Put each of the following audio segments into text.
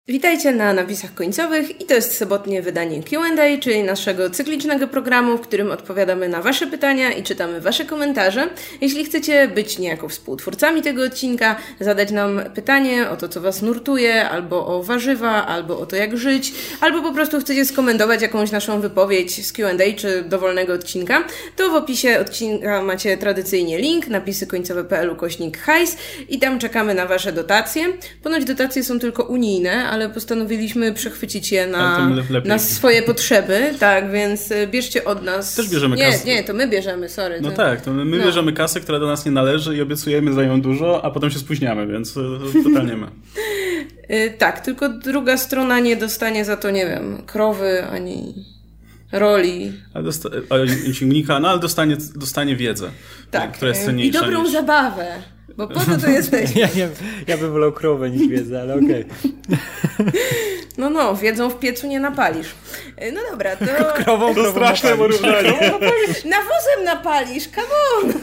Witajcie na napisach końcowych i to jest sobotnie wydanie Q&A, czyli naszego cyklicznego programu, w którym odpowiadamy na wasze pytania i czytamy wasze komentarze. Jeśli chcecie być niejako współtwórcami tego odcinka, zadać nam pytanie o to, co was nurtuje, albo o warzywa, albo o to, jak żyć, albo po prostu chcecie skomentować jakąś naszą wypowiedź z Q&A czy dowolnego odcinka, to w opisie odcinka macie tradycyjnie link napisykońcowe.pl/hajs i tam czekamy na wasze dotacje. Ponoć dotacje są tylko unijne, ale postanowiliśmy przechwycić je na swoje potrzeby, tak, więc bierzcie od nas. Też bierzemy kasę. Nie, to my bierzemy, sorry. No tak, to my bierzemy kasę, która do nas nie należy i obiecujemy za ją dużo, a potem się spóźniamy, więc totalnie my. Tak, tylko druga strona nie dostanie za to, nie wiem, krowy ani roli. Ale ciągnika, no ale dostanie wiedzę, tak, która jest cenniejsza. I dobrą zabawę. Bo po to jesteś. Ja bym wolał krowę niż wiedzę, ale okej. No, wiedzą w piecu nie napalisz. No dobra, to... Krową straszne porównanie. Nawozem napalisz, come on!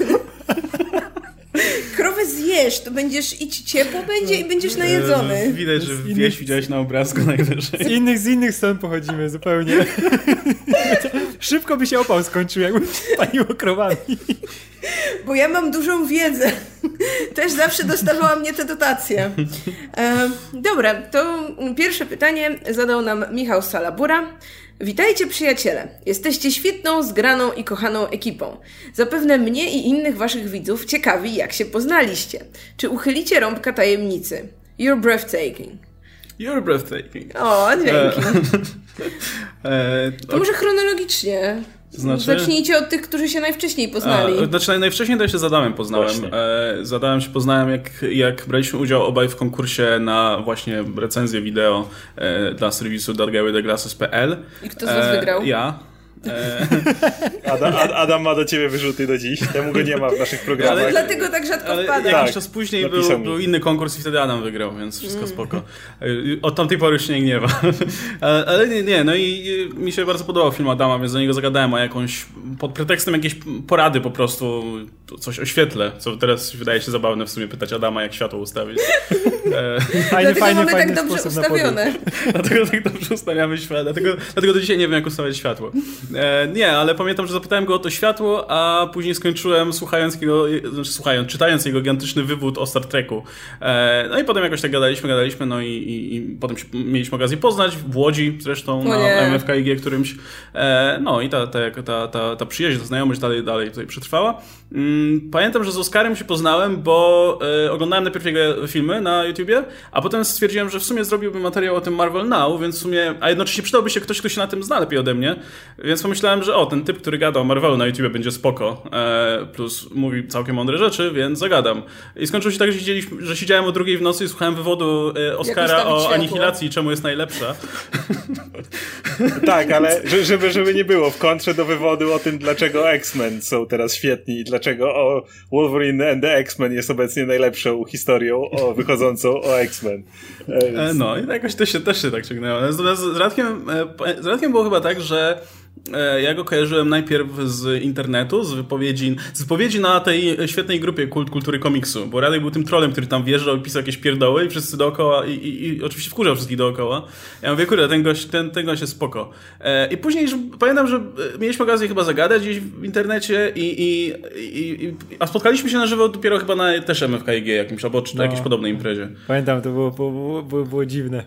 Krowę zjesz, to będziesz i ci ciepło będzie i będziesz najedzony. Widać, że widziałeś na obrazku najwyżej. Z innych stron pochodzimy zupełnie. Szybko by się opał skończył, jakby paliło krowami. Bo ja mam dużą wiedzę. Też zawsze dostawała mnie te dotacje. Dobra, to pierwsze pytanie zadał nam Michał Salabura. Witajcie przyjaciele. Jesteście świetną, zgraną i kochaną ekipą. Zapewne mnie i innych waszych widzów ciekawi, jak się poznaliście. Czy uchylicie rąbka tajemnicy? You're breathtaking. You're breathtaking. O, dzięki. To może chronologicznie. Znaczy? Zacznijcie od tych, którzy się najwcześniej poznali. Najwcześniej to się z Adamem poznałem. Z Adamem się poznałem, jak braliśmy udział obaj w konkursie na właśnie recenzję wideo dla serwisu dargawydeglasses.pl. I kto z was wygrał? Ja. Adam ma do ciebie wyrzuty do dziś, temu go nie ma w naszych programach. Ale dlatego tak rzadko wpada. Jakiś czas później był inny konkurs i wtedy Adam wygrał, więc wszystko spoko. Od tamtej pory już nie gniewa. Ale nie, no i mi się bardzo podobał film Adama, więc do niego zagadałem o jakąś, pod pretekstem jakiejś porady po prostu, coś o świetle, co teraz wydaje się zabawne w sumie pytać Adama, jak światło ustawić. Dlatego mamy tak dobrze ustawione. Dlatego tak dobrze ustawiamy światło, dlatego do dzisiaj nie wiem, jak ustawiać światło. Nie, ale pamiętam, że zapytałem go o to światło, a później skończyłem czytając jego gigantyczny wywód o Star Treku. No i potem jakoś tak gadaliśmy, no i potem mieliśmy okazję poznać w Łodzi zresztą na MFKiG którymś. No i ta przyjaźń, ta znajomość dalej tutaj przetrwała. Pamiętam, że z Oskarem się poznałem, bo oglądałem najpierw jego filmy na YouTubie, a potem stwierdziłem, że w sumie zrobiłbym materiał o tym Marvel Now, więc w sumie, a jednocześnie przydałby się ktoś, kto się na tym zna lepiej ode mnie, więc pomyślałem, że ten typ, który gada o Marvelu na YouTubie będzie spoko, plus mówi całkiem mądre rzeczy, więc zagadam. I skończyło się tak, że siedziałem o 2:00 w nocy i słuchałem wywodu Oscara o anihilacji i czemu jest najlepsza. Tak, ale żeby nie było, w kontrze do wywodu o tym, dlaczego X-Men są teraz świetni i dlaczego Wolverine and the X-Men jest obecnie najlepszą historią wychodzącą o X-Men. No i jakoś też się tak ciągnęło. Natomiast z Radkiem było chyba tak, że ja go kojarzyłem najpierw z internetu, z wypowiedzi na tej świetnej grupie Kultury Komiksu, bo Radek był tym trolem, który tam wjeżdżał i pisał jakieś pierdoły i wszyscy dookoła i oczywiście wkurzał wszystkich dookoła. Ja mówię, kurde, ten gość jest spoko. I później pamiętam, że mieliśmy okazję chyba zagadać gdzieś w internecie a spotkaliśmy się na żywo dopiero chyba na też MFKiG jakimś, albo jakiejś podobnej imprezie. Pamiętam, to było dziwne.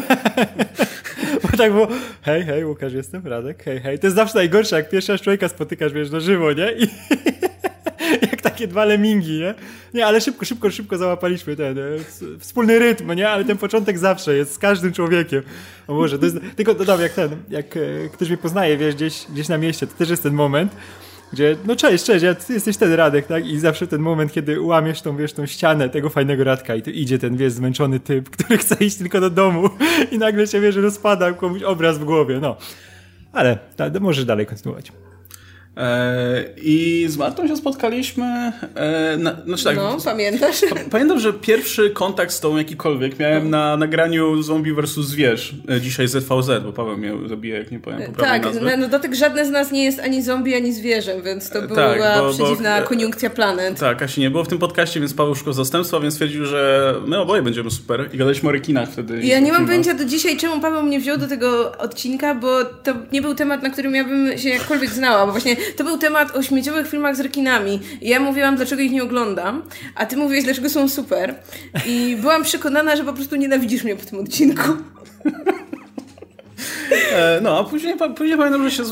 Bo tak było, hej, Łukasz jestem, Radek, hej. To jest zawsze najgorsze, jak pierwszy raz człowieka spotykasz, wiesz, na żywo, nie? I jak takie dwa lemingi, nie? Nie, ale szybko załapaliśmy ten wspólny rytm, nie? Ale ten początek zawsze jest z każdym człowiekiem. O Boże, to jest, tylko dodam, jak ktoś mnie poznaje, wiesz, gdzieś na mieście, to też jest ten moment, gdzie, no cześć, ty jesteś ten Radek, tak? I zawsze ten moment, kiedy łamiesz tą ścianę tego fajnego Radka i tu idzie ten, wiesz, zmęczony typ, który chce iść tylko do domu i nagle się, wiesz, rozpada komuś obraz w głowie, no. Ale możesz dalej kontynuować. I z Martą się spotkaliśmy. No, pamiętasz? Pamiętam, że pierwszy kontakt z tą jakikolwiek miałem na nagraniu Zombie vs. Zwierz. Dzisiaj ZVZ, bo Paweł mnie zabije, jak nie powiem poprawnej nazwy. Tak, na dotyk żadne z nas nie jest ani zombie, ani zwierzem, więc to była przeciwna koniunkcja planet. Tak, Kasi nie było w tym podcaście, więc Paweł szukał zastępstwa, więc stwierdził, że my oboje będziemy super i gadaliśmy o rekinach wtedy. Ja nie mam pojęcia do dzisiaj, czemu Paweł mnie wziął do tego odcinka, bo to nie był temat, na którym ja bym się jakkolwiek znała, bo właśnie to był temat o śmieciowych filmach z rekinami. I ja mówiłam, dlaczego ich nie oglądam, a ty mówiłeś, dlaczego są super. I byłam przekonana, że po prostu nienawidzisz mnie po tym odcinku. No, a później pamiętam, że się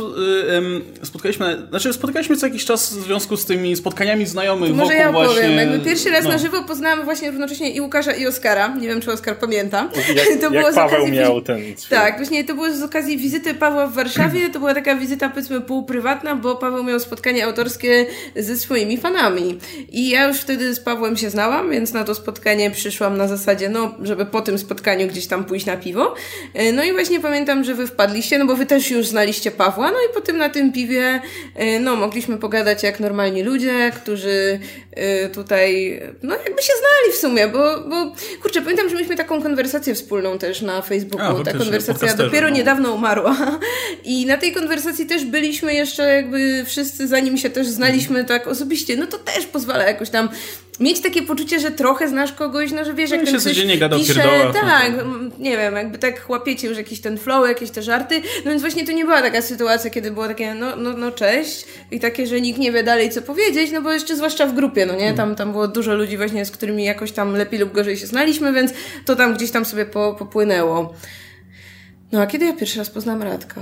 spotykaliśmy co jakiś czas w związku z tymi spotkaniami znajomych to wokół może ja opowiem. właśnie... Jakby pierwszy raz na żywo poznałam właśnie równocześnie i Łukasza, i Oskara. Nie wiem, czy Oskar pamięta. To było jak Paweł miał ten... Tak, właśnie to było z okazji wizyty Pawła w Warszawie. To była taka wizyta, powiedzmy, półprywatna, bo Paweł miał spotkanie autorskie ze swoimi fanami. I ja już wtedy z Pawłem się znałam, więc na to spotkanie przyszłam na zasadzie, żeby po tym spotkaniu gdzieś tam pójść na piwo. No i właśnie pamiętam, że wy wpadliście, no bo wy też już znaliście Pawła, no i potem na tym piwie, mogliśmy pogadać jak normalni ludzie, którzy tutaj, jakby się znali w sumie, bo kurczę, pamiętam, że mieliśmy taką konwersację wspólną też na Facebooku. Ta konwersacja dopiero niedawno umarła i na tej konwersacji też byliśmy jeszcze jakby wszyscy, zanim się też znaliśmy tak osobiście, no to też pozwala jakoś tam mieć takie poczucie, że trochę znasz kogoś, że wiesz, jak ten ktoś codziennie gadał pisze, pierdoła. tak, nie wiem, jakby tak łapiecie już jakiś ten flow, jakieś te żarty, no więc właśnie to nie była taka sytuacja, kiedy było takie, cześć i takie, że nikt nie wie dalej co powiedzieć, no bo jeszcze zwłaszcza w grupie, no nie, tam było dużo ludzi właśnie, z którymi jakoś tam lepiej lub gorzej się znaliśmy, więc to tam gdzieś tam sobie popłynęło. No a kiedy ja pierwszy raz poznałam Radka?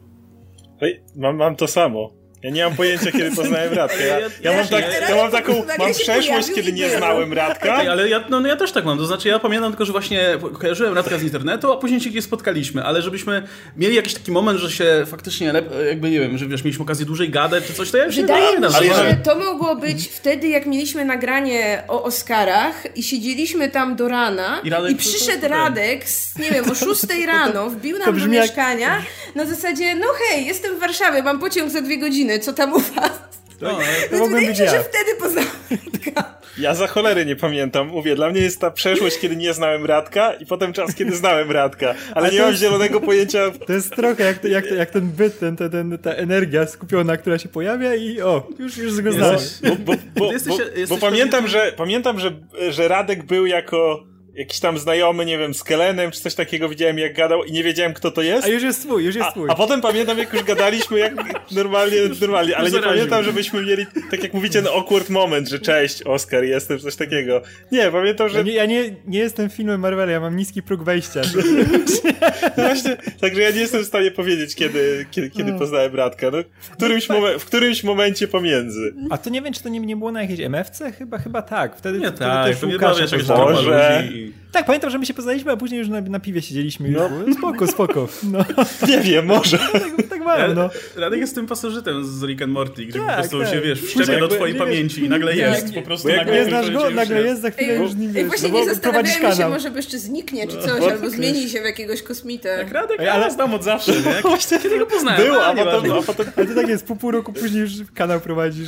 Mam to samo. Ja nie mam pojęcia, kiedy poznałem Radka. Mam przeszłość, kiedy nie znałem Radka. Ale ja też tak mam. To znaczy, ja pamiętam tylko, że właśnie kojarzyłem Radka z internetu, a później się gdzieś spotkaliśmy. Ale żebyśmy mieli jakiś taki moment, że się faktycznie, jakby nie wiem, że wiesz, mieliśmy okazję dłużej gadać czy coś, to ja już wydaje mi się, że to mogło być wtedy, jak mieliśmy nagranie o Oscarach i siedzieliśmy tam do rana i przyszedł Radek, nie wiem, o 6 rano, wbił nam do mieszkania na zasadzie, hej, jestem w Warszawie, mam pociąg za 2 godziny. Co tam u was? To mogłem być ja. Że wtedy poznałem Radka. Ja za cholery nie pamiętam. Mówię, dla mnie jest ta przeszłość, kiedy nie znałem Radka i potem czas, kiedy znałem Radka. Ale nie mam zielonego pojęcia... To jest trochę jak ten byt, ta energia skupiona, która się pojawia i już go znałem. Bo pamiętam, że Radek był jako... jakiś tam znajomy, nie wiem, z Kelenem, czy coś takiego, widziałem jak gadał i nie wiedziałem, kto to jest. A już jest twój. A potem pamiętam, jak już gadaliśmy, jak normalnie, ale nie pamiętam, żebyśmy mieli, tak jak mówicie, awkward moment, że cześć, Oskar, jestem, coś takiego. Nie, pamiętam, że... Ja nie jestem filmem Marvela, ja mam niski próg wejścia. Właśnie, także ja nie jestem w stanie powiedzieć, kiedy poznałem Radka. No, w którymś momencie pomiędzy. A to nie wiem, czy to nie było na jakiejś MFC? Chyba tak. Wtedy też Łukasza może... Tak, pamiętam, że my się poznaliśmy, a później już na piwie siedzieliśmy. Spoko. No. Nie wiem, może. Tak mam, no. Radek jest tym pasożytem z Rick and Morty, gdzie po prostu się, wszczepia do twojej pamięci i nagle jest. Po prostu nagle znasz go, nagle jest, za chwilę już nim wiesz. Właśnie nie zastanawiałem się, może by jeszcze zniknie, czy coś, albo zmieni się w jakiegoś kosmitę. Tak, Radek, ale znam od zawsze, nie? Kiedy go poznałem. Był, a potem... Ale to tak jest, pół roku później już kanał prowadzisz.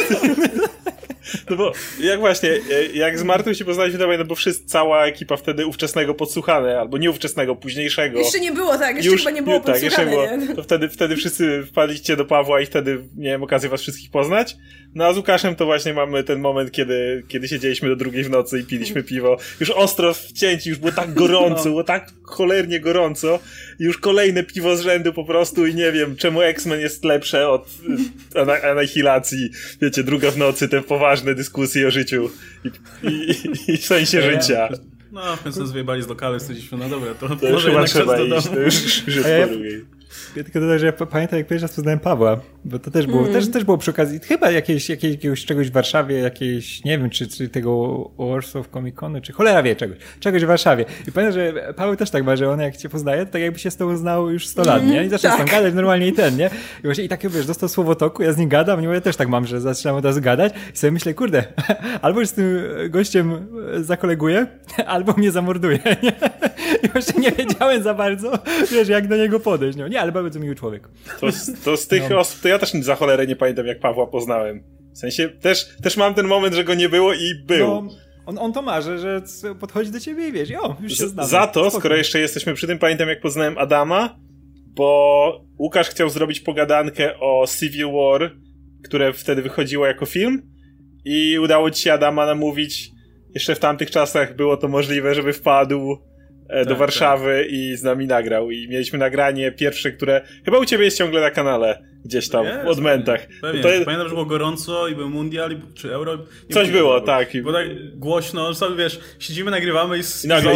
No bo jak z Martą się poznaliśmy, to bo cała ekipa wtedy ówczesnego Podsłuchane, albo nie ówczesnego, późniejszego. Jeszcze nie było, tak, jeszcze chyba nie było Podsłuchane. To wtedy wszyscy wpadliście do Pawła i wtedy miałem okazję was wszystkich poznać. No a z Łukaszem to właśnie mamy ten moment, kiedy siedzieliśmy do 2 w nocy i piliśmy piwo. Już ostro wcięci, już było tak gorąco, było tak cholernie gorąco. Już kolejne piwo z rzędu po prostu i nie wiem, czemu X-Men jest lepsze od Anihilacji. Wiecie, 2 w nocy, te poważne dyskusje o życiu i w sensie życia. No, w końcu nas wyjebali z lokalu, stwierdziliśmy, no dobra, to już chyba trzeba iść, to już po drugiej. Ja tylko dodam, że ja pamiętam, jak pierwszy raz poznałem Pawła, bo to też było, też było przy okazji, chyba jakiegoś czegoś w Warszawie, nie wiem, czy tego Warsaw Comic-Conu, czy cholera wie czegoś w Warszawie. I pamiętam, że Paweł też tak ma, że on jak cię poznaje, to tak jakby się z tobą znał już 100 lat, nie? I zaczyna z tam gadać normalnie i nie? I właśnie i tak, wiesz, dostał słowotoku, ja z nim gadam, ja też tak mam, że zaczynam od razu gadać i sobie myślę, kurde, albo już z tym gościem zakoleguję, albo mnie zamorduje, nie? I właśnie nie wiedziałem za bardzo, wiesz, jak do niego podejść, nie? Ale ale bardzo miły człowiek. To z tych osób, to ja też za cholerę nie pamiętam, jak Pawła poznałem. W sensie też mam ten moment, że go nie było i był. No, on to ma, że podchodzi do ciebie i wiesz, już się znamy. Za to, skoro jeszcze jesteśmy przy tym, pamiętam jak poznałem Adama, bo Łukasz chciał zrobić pogadankę o Civil War, które wtedy wychodziło jako film i udało ci się Adama namówić. Jeszcze w tamtych czasach było to możliwe, żeby wpadł do Warszawy i z nami nagrał. I mieliśmy nagranie pierwsze, które chyba u ciebie jest ciągle na kanale, gdzieś tam, w odmentach. Pewnie. Pamiętam, że było gorąco i był mundial, czy euro. Coś było, tak. Było tak głośno, że sobie wiesz, siedzimy, nagrywamy i nagle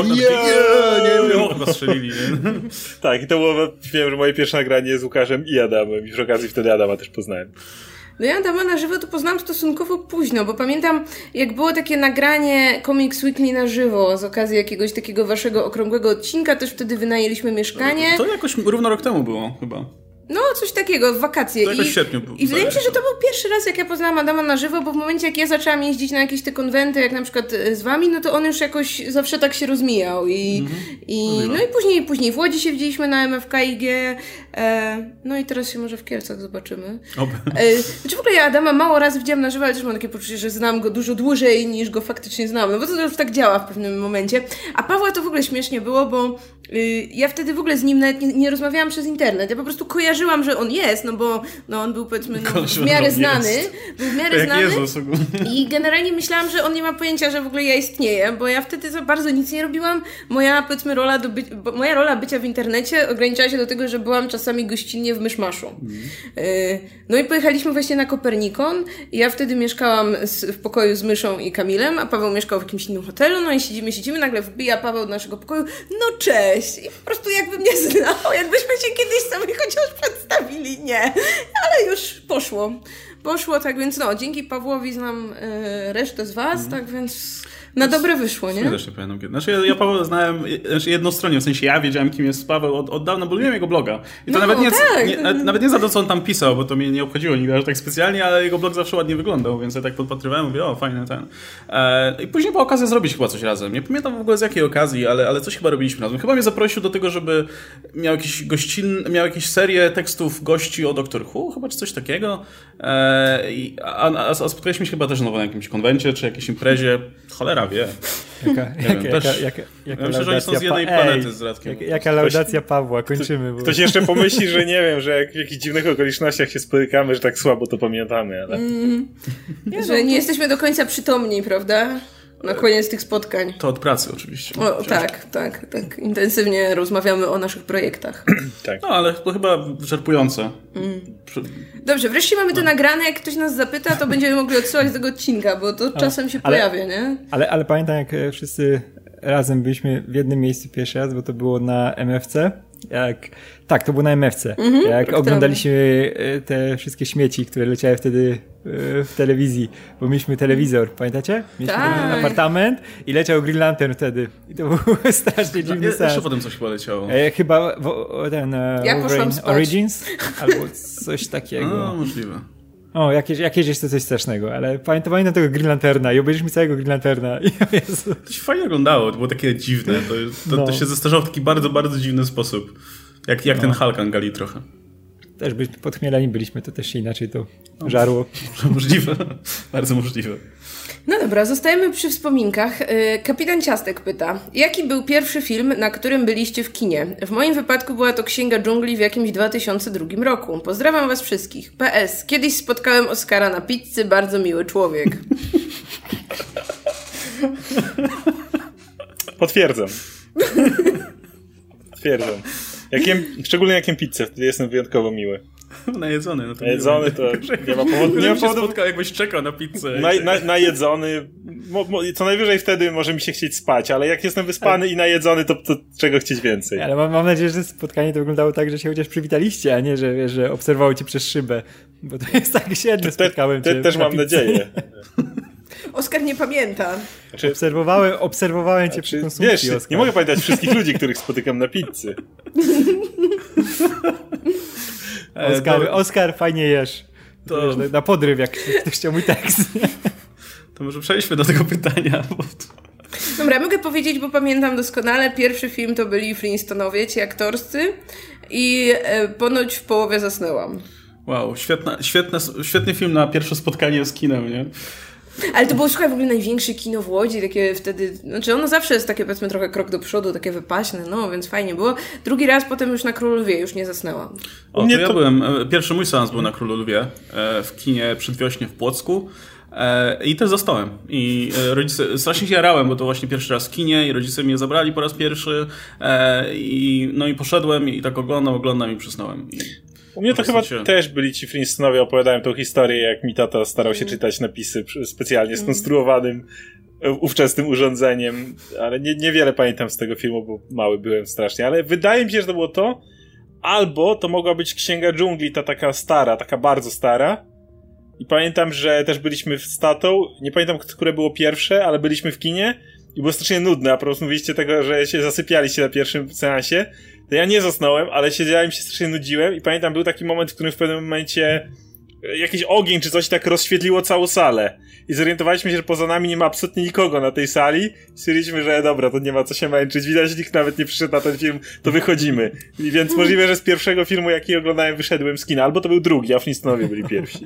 chyba strzelili. Nie? Tak, i to było, wiem, że moje pierwsze nagranie z Łukaszem i Adamem. I przy okazji wtedy Adama też poznałem. No ja Adama na żywo to poznałam stosunkowo późno, bo pamiętam, jak było takie nagranie Comics Weekly na żywo z okazji jakiegoś takiego waszego okrągłego odcinka, też wtedy wynajęliśmy mieszkanie. To jakoś równo rok temu było chyba. No, coś takiego, w wakacje. To jakoś w sierpniu. I wydaje mi się, że to był pierwszy raz, jak ja poznałam Adama na żywo, bo w momencie, jak ja zaczęłam jeździć na jakieś te konwenty, jak na przykład z wami, no to on już jakoś zawsze tak się rozmijał. No i później w Łodzi się widzieliśmy na MFKiG, no i teraz się może w Kielcach zobaczymy. Znaczy w ogóle ja Adama mało razy widziałam na żywo, ale też mam takie poczucie, że znam go dużo dłużej niż go faktycznie znam, no bo to już tak działa w pewnym momencie. A Pawła to w ogóle śmiesznie było, bo ja wtedy w ogóle z nim nawet nie rozmawiałam przez internet. Ja po prostu kojarzyłam, że on jest, no bo on był powiedzmy w miarę znany. Był w miarę znany. Jezus. I generalnie myślałam, że on nie ma pojęcia, że w ogóle ja istnieję, bo ja wtedy za bardzo nic nie robiłam. Moja powiedzmy moja rola bycia w internecie ograniczała się do tego, że byłam czasami gościnnie w Myszmaszu. No i pojechaliśmy właśnie na Kopernikon. Ja wtedy mieszkałam w pokoju z Myszą i Kamilem, a Paweł mieszkał w jakimś innym hotelu. No i siedzimy, nagle wbija Paweł do naszego pokoju. No cześć! I po prostu jakby mnie znał, jakbyśmy się kiedyś sobie chociaż przedstawili, nie. Ale już poszło, tak więc dzięki Pawłowi znam resztę z was, tak więc na dobre wyszło, nie? Ja też nie pamiętam kiedy. Znaczy ja Pawła znałem jednostronnie, w sensie ja wiedziałem, kim jest Paweł od dawna, bo lubiłem jego bloga. I to nawet nie za to, co on tam pisał, bo to mnie nie obchodziło nigdy aż tak specjalnie, ale jego blog zawsze ładnie wyglądał, więc ja tak podpatrywałem, mówię, fajny ten. I później była okazja zrobić chyba coś razem. Nie pamiętam w ogóle z jakiej okazji, ale coś chyba robiliśmy razem. Chyba mnie zaprosił do tego, żeby miał jakieś serię tekstów gości o Doctor Who, chyba czy coś takiego. A spotkaliśmy się chyba też na jakimś konwencie, czy jakiejś imprezie. Cholera wie. Jaka myślę, że oni są z jednej planety z Radkiem. Jaka laudacja Pawła, kończymy. Ktoś jeszcze pomyśli, że nie wiem, że jak w jakichś dziwnych okolicznościach się spotykamy, że tak słabo to pamiętamy, ale... Że nie jesteśmy do końca przytomni, prawda? Na koniec tych spotkań. To od pracy oczywiście. Tak. Intensywnie rozmawiamy o naszych projektach. Tak. No, ale to chyba wyczerpujące. Dobrze, wreszcie mamy to nagrane. Jak ktoś nas zapyta, to będziemy mogli odsyłać do tego odcinka, bo to czasem się pojawia, nie? Ale pamiętam, jak wszyscy razem byliśmy w jednym miejscu pierwszy raz, bo to było na MFC. Tak, to było na MFC. Jak oglądaliśmy te wszystkie śmieci, które leciały wtedy w telewizji, bo mieliśmy telewizor, pamiętacie? Mieliśmy apartament i leciał Green Lantern wtedy. I to był strasznie dziwny sens. Jeszcze potem coś chyba leciało. Chyba ten Origins albo coś takiego. No, możliwe. Jakieś jest to coś strasznego, ale pamiętam tego Green Lanterna i obejrzeliśmy całego Green Lanterna. To się fajnie oglądało, to było takie dziwne. To się zestarzało w taki bardzo, bardzo dziwny sposób. Jak ten Hulk Angali trochę. Też podchmieleni byliśmy, to też się inaczej to żarło. Możliwe, bardzo możliwe. No dobra, zostajemy przy wspominkach. Kapitan Ciastek pyta, jaki był pierwszy film, na którym byliście w kinie? W moim wypadku była to Księga Dżungli w jakimś 2002 roku. Pozdrawiam was wszystkich. PS. Kiedyś spotkałem Oskara na pizzy, bardzo miły człowiek. Potwierdzam. Szczególnie jak jem pizzę, wtedy jestem wyjątkowo miły. Najedzony, no to najedzony to nie ma powodu. Nie ma powodu. Spotkał, jakbyś czekał na pizzę. Najedzony. Co najwyżej wtedy może mi się chcieć spać, ale jak jestem wyspany i najedzony, to czego chcieć więcej. Ale mam nadzieję, że spotkanie to wyglądało tak, że się chociaż przywitaliście, a nie, że obserwował cię przez szybę. Bo to jest tak średnio, spotkałem cię. Też mam nadzieję. Oskar nie pamięta. Obserwowałem cię przy konsumpcji, wiesz, Oskar. Nie mogę pamiętać wszystkich ludzi, których spotykam na pizzy. Oskar, fajnie jesz. To... Wiesz, na podryw, jak ktoś chciał mój tekst. To może przejdźmy do tego pytania. Dobra, mogę powiedzieć, bo pamiętam doskonale. Pierwszy film to byli Flintstonowie, ci aktorscy. i ponoć w połowie zasnęłam. Wow, świetny film na pierwsze spotkanie z kinem, nie? Ale to było, słuchaj, w ogóle największe kino w Łodzi, takie wtedy, znaczy ono zawsze jest takie, powiedzmy, trochę krok do przodu, takie wypaśne, no, więc fajnie było. Drugi raz potem już na Królu Lwie, już nie zasnęłam. O, to ja byłem, pierwszy mój seans był na Królu Lwie, w kinie Przedwiośnie w Płocku. I też zostałem. I rodzice, strasznie się jarałem, bo to właśnie pierwszy raz w kinie i rodzice mnie zabrali po raz pierwszy. No i poszedłem i tak oglądam i przysnąłem. U mnie to chyba też byli ci Flintstonowie, opowiadałem tą historię, jak mi tata starał się czytać napisy specjalnie skonstruowanym ówczesnym urządzeniem, ale niewiele pamiętam z tego filmu, bo mały byłem strasznie, ale wydaje mi się, że to było to, albo to mogła być Księga Dżungli, ta taka stara, taka bardzo stara. I pamiętam, że też byliśmy z tatą, nie pamiętam, które było pierwsze, ale byliśmy w kinie i było strasznie nudne, a po prostu mówiliście tego, że się zasypialiście na pierwszym seansie. To ja nie zasnąłem, ale siedziałem i się strasznie nudziłem i pamiętam, był taki moment, w którym w pewnym momencie jakiś ogień czy coś tak rozświetliło całą salę. I zorientowaliśmy się, że poza nami nie ma absolutnie nikogo na tej sali. Stwierdziliśmy, że dobra, to nie ma co się męczyć. Widać, że nikt nawet nie przyszedł na ten film, to wychodzimy. I więc możliwe, że z pierwszego filmu, jaki oglądałem, wyszedłem z kina. Albo to był drugi, a Flintstonowie byli pierwsi.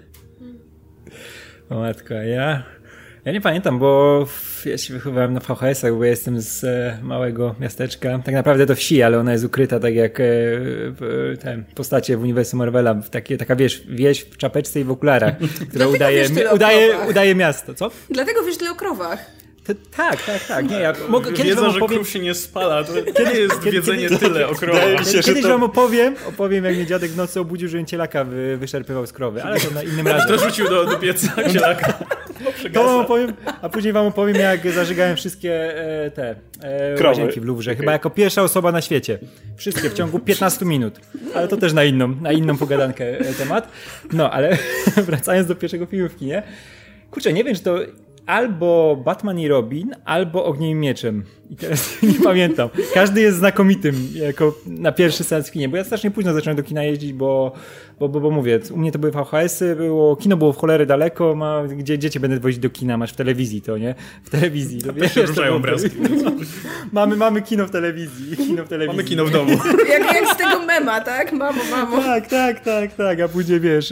O matko, ja nie pamiętam, bo ja się wychowałem na VHS-ach, bo ja jestem z małego miasteczka, tak naprawdę to wsi, ale ona jest ukryta tak jak te postacie w uniwersum Marvela, taka wieś w czapeczce i w okularach, która udaje miasto, co? Dlatego wiesz tyle o krowach. Tak. Nie, kiedyś Wiedza, wam że opowiem, krów się nie spala, to nie jest wiedzenie tyle o krowach. Kiedyś wam opowiem, jak mnie dziadek w nocy obudził, że cielaka wyszerpywał z krowy, ale to na innym razem. To rzucił do pieca cielaka. To wam opowiem, a później wam opowiem, jak zażygałem wszystkie łazienki w Louvre. Chyba jako pierwsza osoba na świecie. Wszystkie w ciągu 15 minut. Ale to też na inną pogadankę temat. No, ale wracając do pierwszego filmu w kinie. Kurczę, nie wiem, czy to albo Batman i Robin, albo Ogniem i Mieczem. I teraz nie pamiętam. Każdy jest znakomitym jako na pierwszy seans w kinie, bo ja strasznie późno zacząłem do kina jeździć, bo mówię, u mnie to były VHS-y, kino było w cholery daleko, gdzie dzieci będę wozić do kina, masz w telewizji to, nie? W telewizji. To wiesz, się ruszają obrazki. Mamy kino w telewizji. Mamy kino w domu. jak z tego mema, tak? Mamo. Tak, a później wiesz,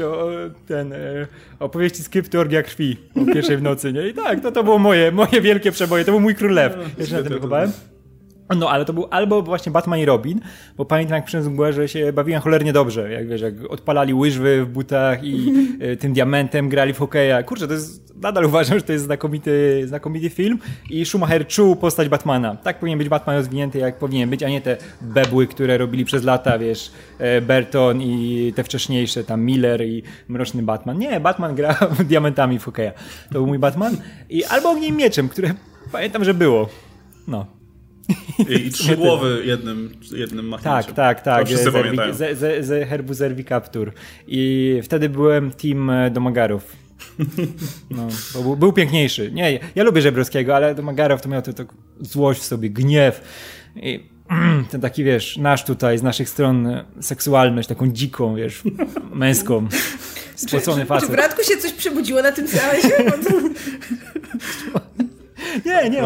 opowieści skrypty Orgia Krwi o pierwszej w nocy, nie? I tak, to było moje wielkie przeboje, to był mój Król Lew. Jeszcze na tym wychowałem. No, ale to był albo właśnie Batman i Robin, bo pamiętam, jak przyszedłem z mgłę, że się bawiłem cholernie dobrze, jak wiesz, jak odpalali łyżwy w butach i tym diamentem grali w hokeja. Kurczę, nadal uważam, że to jest znakomity film i Schumacher czuł postać Batmana. Tak powinien być Batman rozwinięty, jak powinien być, a nie te bebły, które robili przez lata, wiesz, Burton i te wcześniejsze, tam Miller i Mroczny Batman. Nie, Batman gra diamentami w hokeja. To był mój Batman. Albo Ogniem i Mieczem, które pamiętam, że było. No. I 3 głowy jednym machnięciem. Tak. To wszyscy pamiętają. Z herbu Zerwikaptur. I wtedy byłem team Domagarów. No, bo był piękniejszy. Nie, ja lubię Żebrowskiego, ale Domagarow to miał tę złość w sobie, gniew. I ten taki, wiesz, nasz tutaj, z naszych stron seksualność, taką dziką, wiesz, męską. Spocony facet. Czy w Radku się coś przebudziło na tym seansie? Nie, on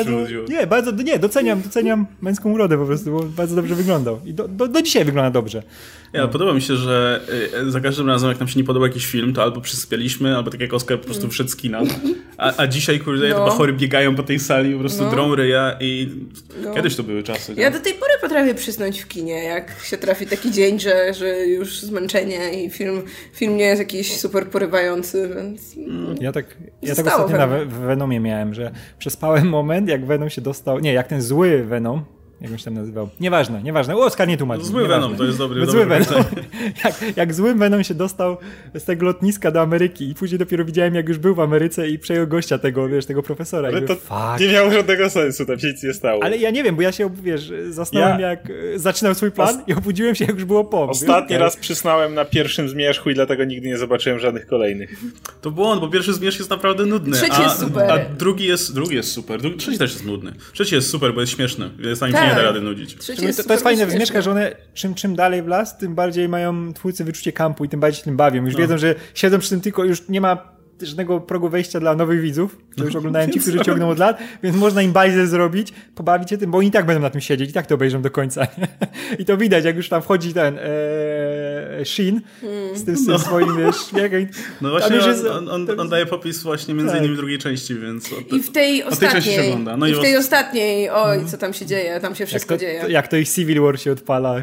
doceniam męską urodę po prostu, bo bardzo dobrze wyglądał. I do dzisiaj wygląda dobrze. Podoba mi się, że za każdym razem, jak nam się nie podoba jakiś film, to albo przysypialiśmy, albo tak jak Oskar po prostu wszedł z kina. A dzisiaj, kurde, te bachory biegają po tej sali, po prostu drą ryja i kiedyś to były czasy. Nie? Ja do tej pory potrafię przysnąć w kinie, jak się trafi taki dzień, że już zmęczenie i film nie jest jakiś super porywający, więc... Ja tak ostatnio na Venomie miałem, że przespałem moment, jak Venom się dostał... Nie, jak ten zły Venom, jak on się tam nazywał. Nieważne. Oskar nie tłumaczy. Zły Venom, to jest dobry Venom. Jak zły Venom się dostał z tego lotniska do Ameryki i później dopiero widziałem, jak już był w Ameryce i przejął gościa tego profesora. Ale to nie miało żadnego sensu, tam się nic nie stało. Ale ja nie wiem, bo ja się, zasnąłem jak zaczynał swój plan i obudziłem się, jak już było po. Ostatni raz przysnąłem na pierwszym zmierzchu i dlatego nigdy nie zobaczyłem żadnych kolejnych. To błąd, bo pierwszy zmierzch jest naprawdę nudny. Trzeci jest super. A drugi jest super. Trzeci też jest nudny. Trzeci jest super, bo jest śmieszny. Jest nie da rady nudzić. To jest fajne w Zmierzchach, że one czym dalej w las, tym bardziej mają twórcy wyczucie kampu i tym bardziej się tym bawią. Już wiedzą, że siedzą przy tym tylko, już nie ma żadnego progu wejścia dla nowych widzów, to już oglądają ci, którzy ciągną od lat, więc można im bajzę zrobić, pobawić się tym, bo oni i tak będą na tym siedzieć, i tak to obejrzą do końca. I to widać, jak już tam wchodzi ten Shin z tym swoim, wiesz, no właśnie on daje popis właśnie między innymi drugiej części, więc i w tej ostatniej, ogląda. No i w tej ostatniej, oj, co tam się dzieje, tam się wszystko dzieje. Jak to ich Civil War się odpala.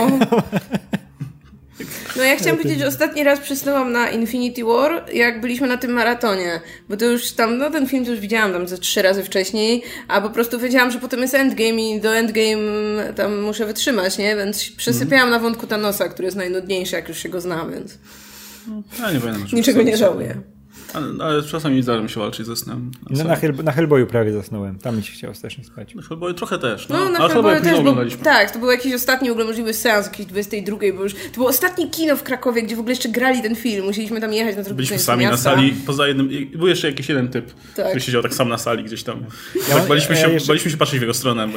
No ja chciałam powiedzieć, że ostatni raz przysnęłam na Infinity War, jak byliśmy na tym maratonie, bo to już tam, no ten film to już widziałam tam ze 3 razy wcześniej, a po prostu wiedziałam, że potem jest Endgame i do Endgame tam muszę wytrzymać, nie? Więc przesypiałam na wątku Thanosa, który jest najnudniejszy, jak już się go zna, więc ja nie pamiętam, niczego nie żałuję. Ale czasami zdarza mi się walczyć ze snem. No na Hellboyu prawie zasnąłem. Tam mi się chciało strasznie spać. Na Hellboyu trochę też. No na Hellboyu też był, tak, to był jakiś ostatni w ogóle możliwy seans, jakiejś 22, bo już to było ostatnie kino w Krakowie, gdzie w ogóle jeszcze grali ten film. Musieliśmy tam jechać na drugą Byliśmy sami na sali, poza jednym, był jeszcze jakiś jeden typ, który siedział tak sam na sali gdzieś tam. Baliśmy się patrzeć w jego stronę,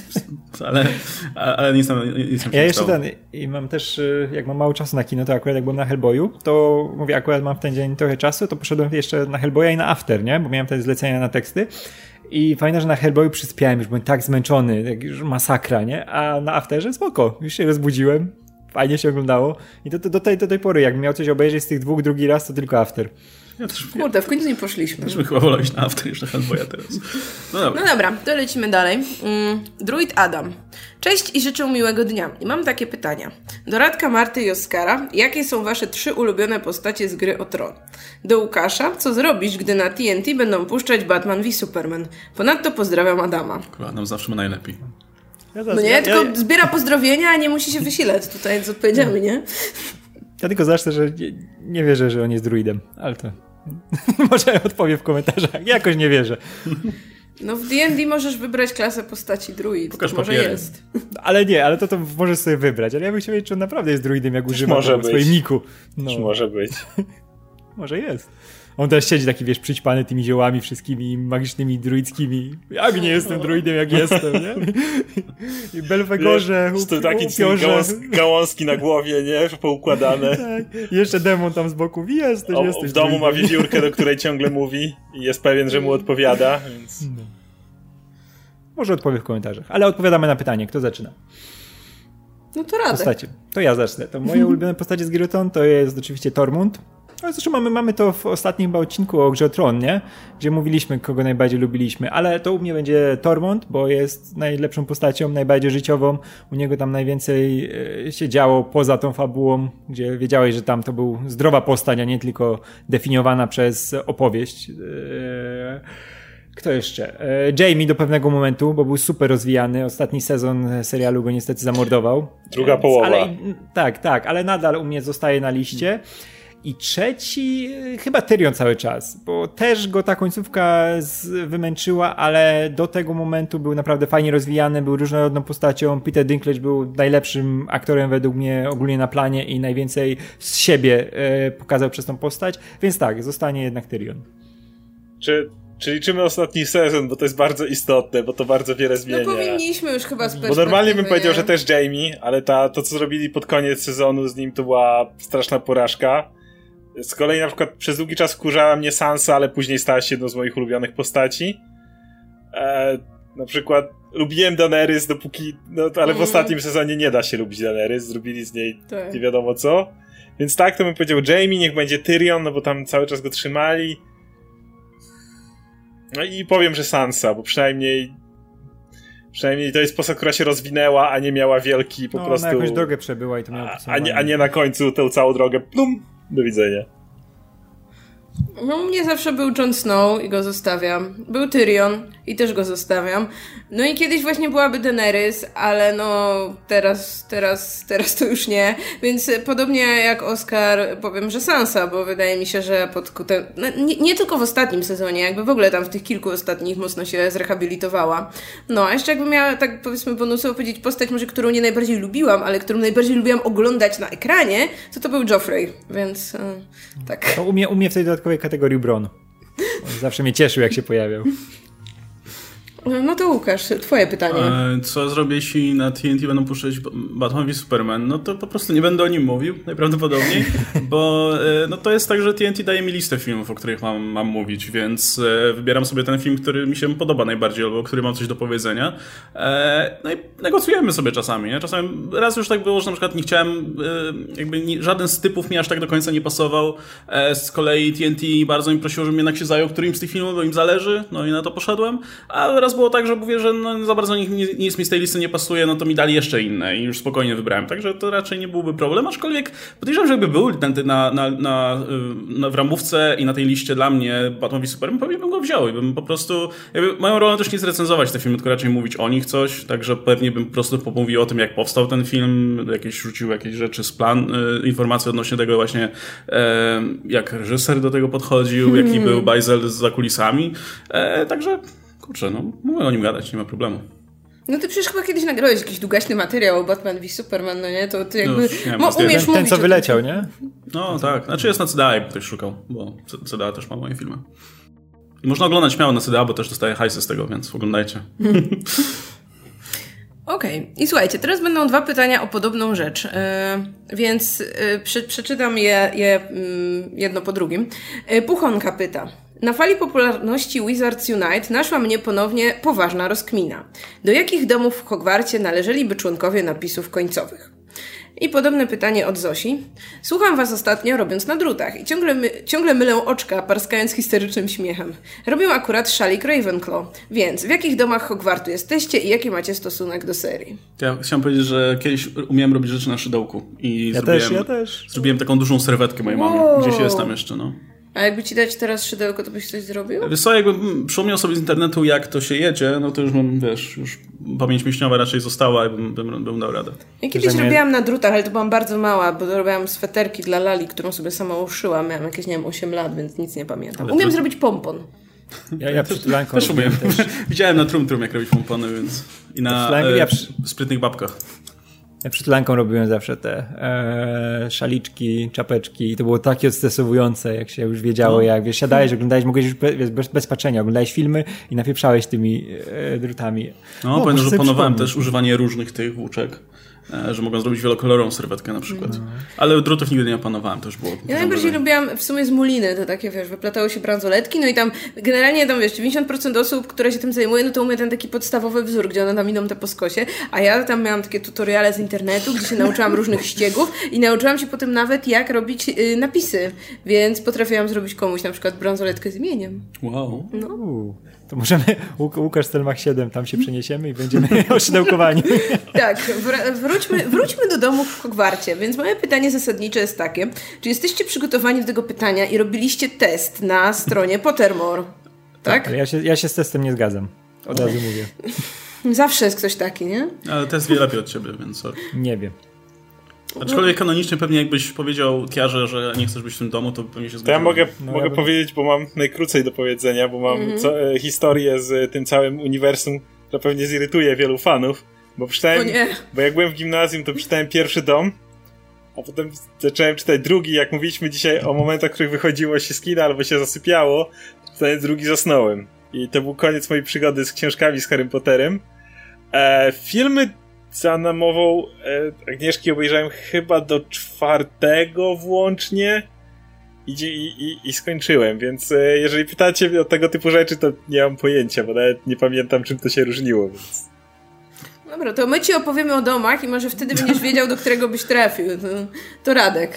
ale nic tam ja jeszcze i mam też, jak mam mało czasu na kino, to akurat jak byłem na Hellboyu, to mówię, akurat mam w ten dzień trochę czasu, to poszedłem jeszcze na Hellboya i na After, nie? Bo miałem te zlecenia na teksty i fajne, że na Hellboyu przyspiałem, już byłem tak zmęczony, jak już masakra, nie? A na Afterze spoko, już się rozbudziłem, fajnie się oglądało i do tej pory, jak miał coś obejrzeć z tych dwóch drugi raz, to tylko After. Ja też, kurde, w końcu nie poszliśmy. Też chyba wolał iść na After niż na Hellboya teraz. No dobra, to lecimy dalej. Druid Adam. Cześć i życzę miłego dnia. I mam takie pytania. Do Radka, Marty i Oskara, jakie są wasze 3 ulubione postacie z gry o Tron? Do Łukasza, co zrobisz, gdy na TNT będą puszczać Batman v Superman? Ponadto pozdrawiam Adama. Nam zawsze ma najlepiej. No nie, tylko zbiera pozdrowienia, a nie musi się wysilać tutaj z odpowiedziami, nie? Ja tylko zacznę, że nie wierzę, że on jest druidem, ale to może odpowiem w komentarzach. Jakoś nie wierzę. No w D&D możesz wybrać klasę postaci druid. Pokaż to może papiery. jest. Ale to możesz sobie wybrać. Ale ja bym chciał wiedzieć, czy on naprawdę jest druidem, jak używa w swoim niku. No. Może być. Może jest. On też siedzi taki, wiesz, przyćpany tymi ziołami wszystkimi magicznymi, druidzkimi. Jak nie jestem druidem, jak jestem, nie? I Belfegorze, taki gałązki na głowie, nie? Poukładane. Tak. I jeszcze demon tam z boku. Jesteś w domu ma wiewiórkę, do której ciągle mówi i jest pewien, że mu odpowiada, więc... No. Może odpowiem w komentarzach. Ale odpowiadamy na pytanie. Kto zaczyna? No to Radek. Postacie. To ja zacznę. To moje ulubione postacie z gry to jest oczywiście Tormund. Ale zresztą mamy to w ostatnim chyba odcinku o grze o Tron, nie? Gdzie mówiliśmy, kogo najbardziej lubiliśmy, ale to u mnie będzie Tormund, bo jest najlepszą postacią, najbardziej życiową. U niego tam najwięcej się działo poza tą fabułą, gdzie wiedziałeś, że tam to był zdrowa postać, a nie tylko definiowana przez opowieść. Kto jeszcze? Jamie do pewnego momentu, bo był super rozwijany. Ostatni sezon serialu go niestety zamordował. Druga połowa. Tak, ale nadal u mnie zostaje na liście. I trzeci chyba Tyrion cały czas, bo też go ta końcówka wymęczyła, ale do tego momentu był naprawdę fajnie rozwijany, był różnorodną postacią. Peter Dinklage był najlepszym aktorem według mnie ogólnie na planie i najwięcej z siebie pokazał przez tą postać, więc tak, zostanie jednak Tyrion. Czy liczymy ostatni sezon, bo to jest bardzo istotne, bo to bardzo wiele zmienia. No powinniśmy już chyba z perspektywy, bo normalnie bym powiedział, że też Jamie, ale to co zrobili pod koniec sezonu z nim, to była straszna porażka. Z kolei na przykład przez długi czas wkurzała mnie Sansa, ale później stała się jedną z moich ulubionych postaci. Na przykład lubiłem Daenerys dopóki... ale w ostatnim sezonie nie da się lubić Daenerys. Zrobili z niej nie wiadomo co. Więc tak, to bym powiedział Jamie, niech będzie Tyrion, no bo tam cały czas go trzymali. No i powiem, że Sansa, bo przynajmniej to jest postać, która się rozwinęła, a nie miała wielki po prostu... na jakąś drogę przebyła i to miało a nie na końcu tę całą drogę. Plum! Do widzenia. No u mnie zawsze był Jon Snow i go zostawiam. Był Tyrion i też go zostawiam. No i kiedyś właśnie byłaby Daenerys, ale no teraz to już nie. Więc podobnie jak Oskar powiem, że Sansa, bo wydaje mi się, że pod kutem... nie tylko w ostatnim sezonie, jakby w ogóle tam w tych kilku ostatnich mocno się zrehabilitowała. No, a jeszcze jakbym miała tak powiedzmy bonusowo powiedzieć postać może, którą nie najbardziej lubiłam, ale którą najbardziej lubiłam oglądać na ekranie, to był Joffrey, więc tak. To u mnie w tej dodatkowej kategorii Bron. On zawsze mnie cieszył, jak się pojawiał. No to Łukasz, twoje pytanie. Co zrobię, jeśli na TNT będą puszczać Batman v Superman? No to po prostu nie będę o nim mówił, najprawdopodobniej, bo no to jest tak, że TNT daje mi listę filmów, o których mam mówić, więc wybieram sobie ten film, który mi się podoba najbardziej, albo o który mam coś do powiedzenia. No i negocjujemy sobie czasami, nie? Czasami raz już tak było, że na przykład nie chciałem, żaden z typów mi aż tak do końca nie pasował. Z kolei TNT bardzo mi prosiło, żebym jednak się zajął którymś z tych filmów, bo im zależy, no i na to poszedłem. A raz było tak, że mówię, że no za bardzo nic mi z tej listy nie pasuje, no to mi dali jeszcze inne i już spokojnie wybrałem. Także to raczej nie byłby problem, aczkolwiek podejrzewam, że jakby był w ramówce i na tej liście dla mnie Batman v Superman, pewnie bym go wziął i bym po prostu... moją rolą też nie zrecenzować te filmy, tylko raczej mówić o nich coś, także pewnie bym po prostu pomówił o tym, jak powstał ten film, rzucił jakieś rzeczy z informacje odnośnie tego właśnie, jak reżyser do tego podchodził, jaki był bajzel za kulisami. Także kurczę, no mogę o nim gadać, nie ma problemu. No ty przecież chyba kiedyś nagrałeś jakiś długaśny materiał o Batman v Superman, no nie? To ty jakby umiesz mówić. Ten, co wyleciał, nie? No tak, znaczy jest na CDA, jakby ktoś szukał, bo CDA też ma moje filmy. I można oglądać śmiało na CDA, bo też dostaję hajsy z tego, więc oglądajcie. Okej. I słuchajcie, teraz będą 2 pytania o podobną rzecz, więc przeczytam je jedno po drugim. Puchonka pyta. Na fali popularności Wizards Unite naszła mnie ponownie poważna rozkmina. Do jakich domów w Hogwarcie należeliby członkowie napisów końcowych? I podobne pytanie od Zosi. Słucham was ostatnio robiąc na drutach i ciągle mylę oczka, parskając historycznym śmiechem. Robią akurat szalik Ravenclaw, więc w jakich domach Hogwartu jesteście i jaki macie stosunek do serii? Ja chciałem powiedzieć, że kiedyś umiałem robić rzeczy na szydełku i ja też. Zrobiłem taką dużą serwetkę mojej mamy. Gdzieś jest tam jeszcze, no. A jakby ci dać teraz szydełko, to byś coś zrobił? Wiesz co, jakbym przypomniał sobie z internetu, jak to się jedzie, no to już mam, już pamięć mięśniowa raczej została i bym dał radę. Ja kiedyś robiłam na drutach, ale to byłam bardzo mała, bo robiłam sweterki dla Lali, którą sobie sama uszyłam. Miałam jakieś, 8 lat, więc nic nie pamiętam. Umiem zrobić pompon. Ja przytulanką też umiem. Widziałem na Trum, jak robić pompony, więc i na sprytnych babkach. Ja przytulanką robiłem zawsze te szaliczki, czapeczki i to było takie odstresowujące, jak się już wiedziało, jak siadałeś, oglądałeś, mogłeś już bez patrzenia, oglądałeś filmy i napieprzałeś tymi drutami. No, pamiętam, że opanowałem też używanie różnych tych włóczek, że mogą zrobić wielokolorową serwetkę na przykład. Ale drutów nigdy nie opanowałem, to już było... Ja najbardziej lubiłam w sumie z muliny, te takie, wyplatały się bransoletki, no i tam generalnie 90% osób, które się tym zajmuje, no to umie ten taki podstawowy wzór, gdzie one tam idą te po skosie, a ja tam miałam takie tutoriale z internetu, gdzie się nauczyłam różnych ściegów i nauczyłam się potem nawet, jak robić napisy, więc potrafiłam zrobić komuś na przykład bransoletkę z imieniem. Wow. No. To możemy, Łukasz Stelmach 7, tam się przeniesiemy i będziemy oszydełkowani. Tak, wróćmy do domu w Hogwarcie, więc moje pytanie zasadnicze jest takie, czy jesteście przygotowani do tego pytania i robiliście test na stronie Pottermore? Tak? Ale ja się z testem nie zgadzam, od razu mówię. Zawsze jest ktoś taki, nie? Ale test wie lepiej od ciebie, więc sorry. Nie wiem. Aczkolwiek kanonicznie pewnie jakbyś powiedział Tiarze, że nie chcesz być w tym domu, to pewnie się zgodził. To ja mogę powiedzieć, bo mam najkrócej do powiedzenia, bo mam historię z tym całym uniwersum, która pewnie zirytuje wielu fanów, bo bo jak byłem w gimnazjum, to czytałem pierwszy dom, a potem zacząłem czytać drugi, jak mówiliśmy dzisiaj o momentach, w których wychodziło się z kina albo się zasypiało, to drugi zasnąłem. I to był koniec mojej przygody z książkami z Harrym Potterem. Filmy za namową Agnieszki obejrzałem chyba do 4 włącznie i skończyłem, więc jeżeli pytacie o tego typu rzeczy, to nie mam pojęcia, bo nawet nie pamiętam, czym to się różniło, więc... Dobra, to my ci opowiemy o domach i może wtedy będziesz wiedział, do którego byś trafił. To Radek.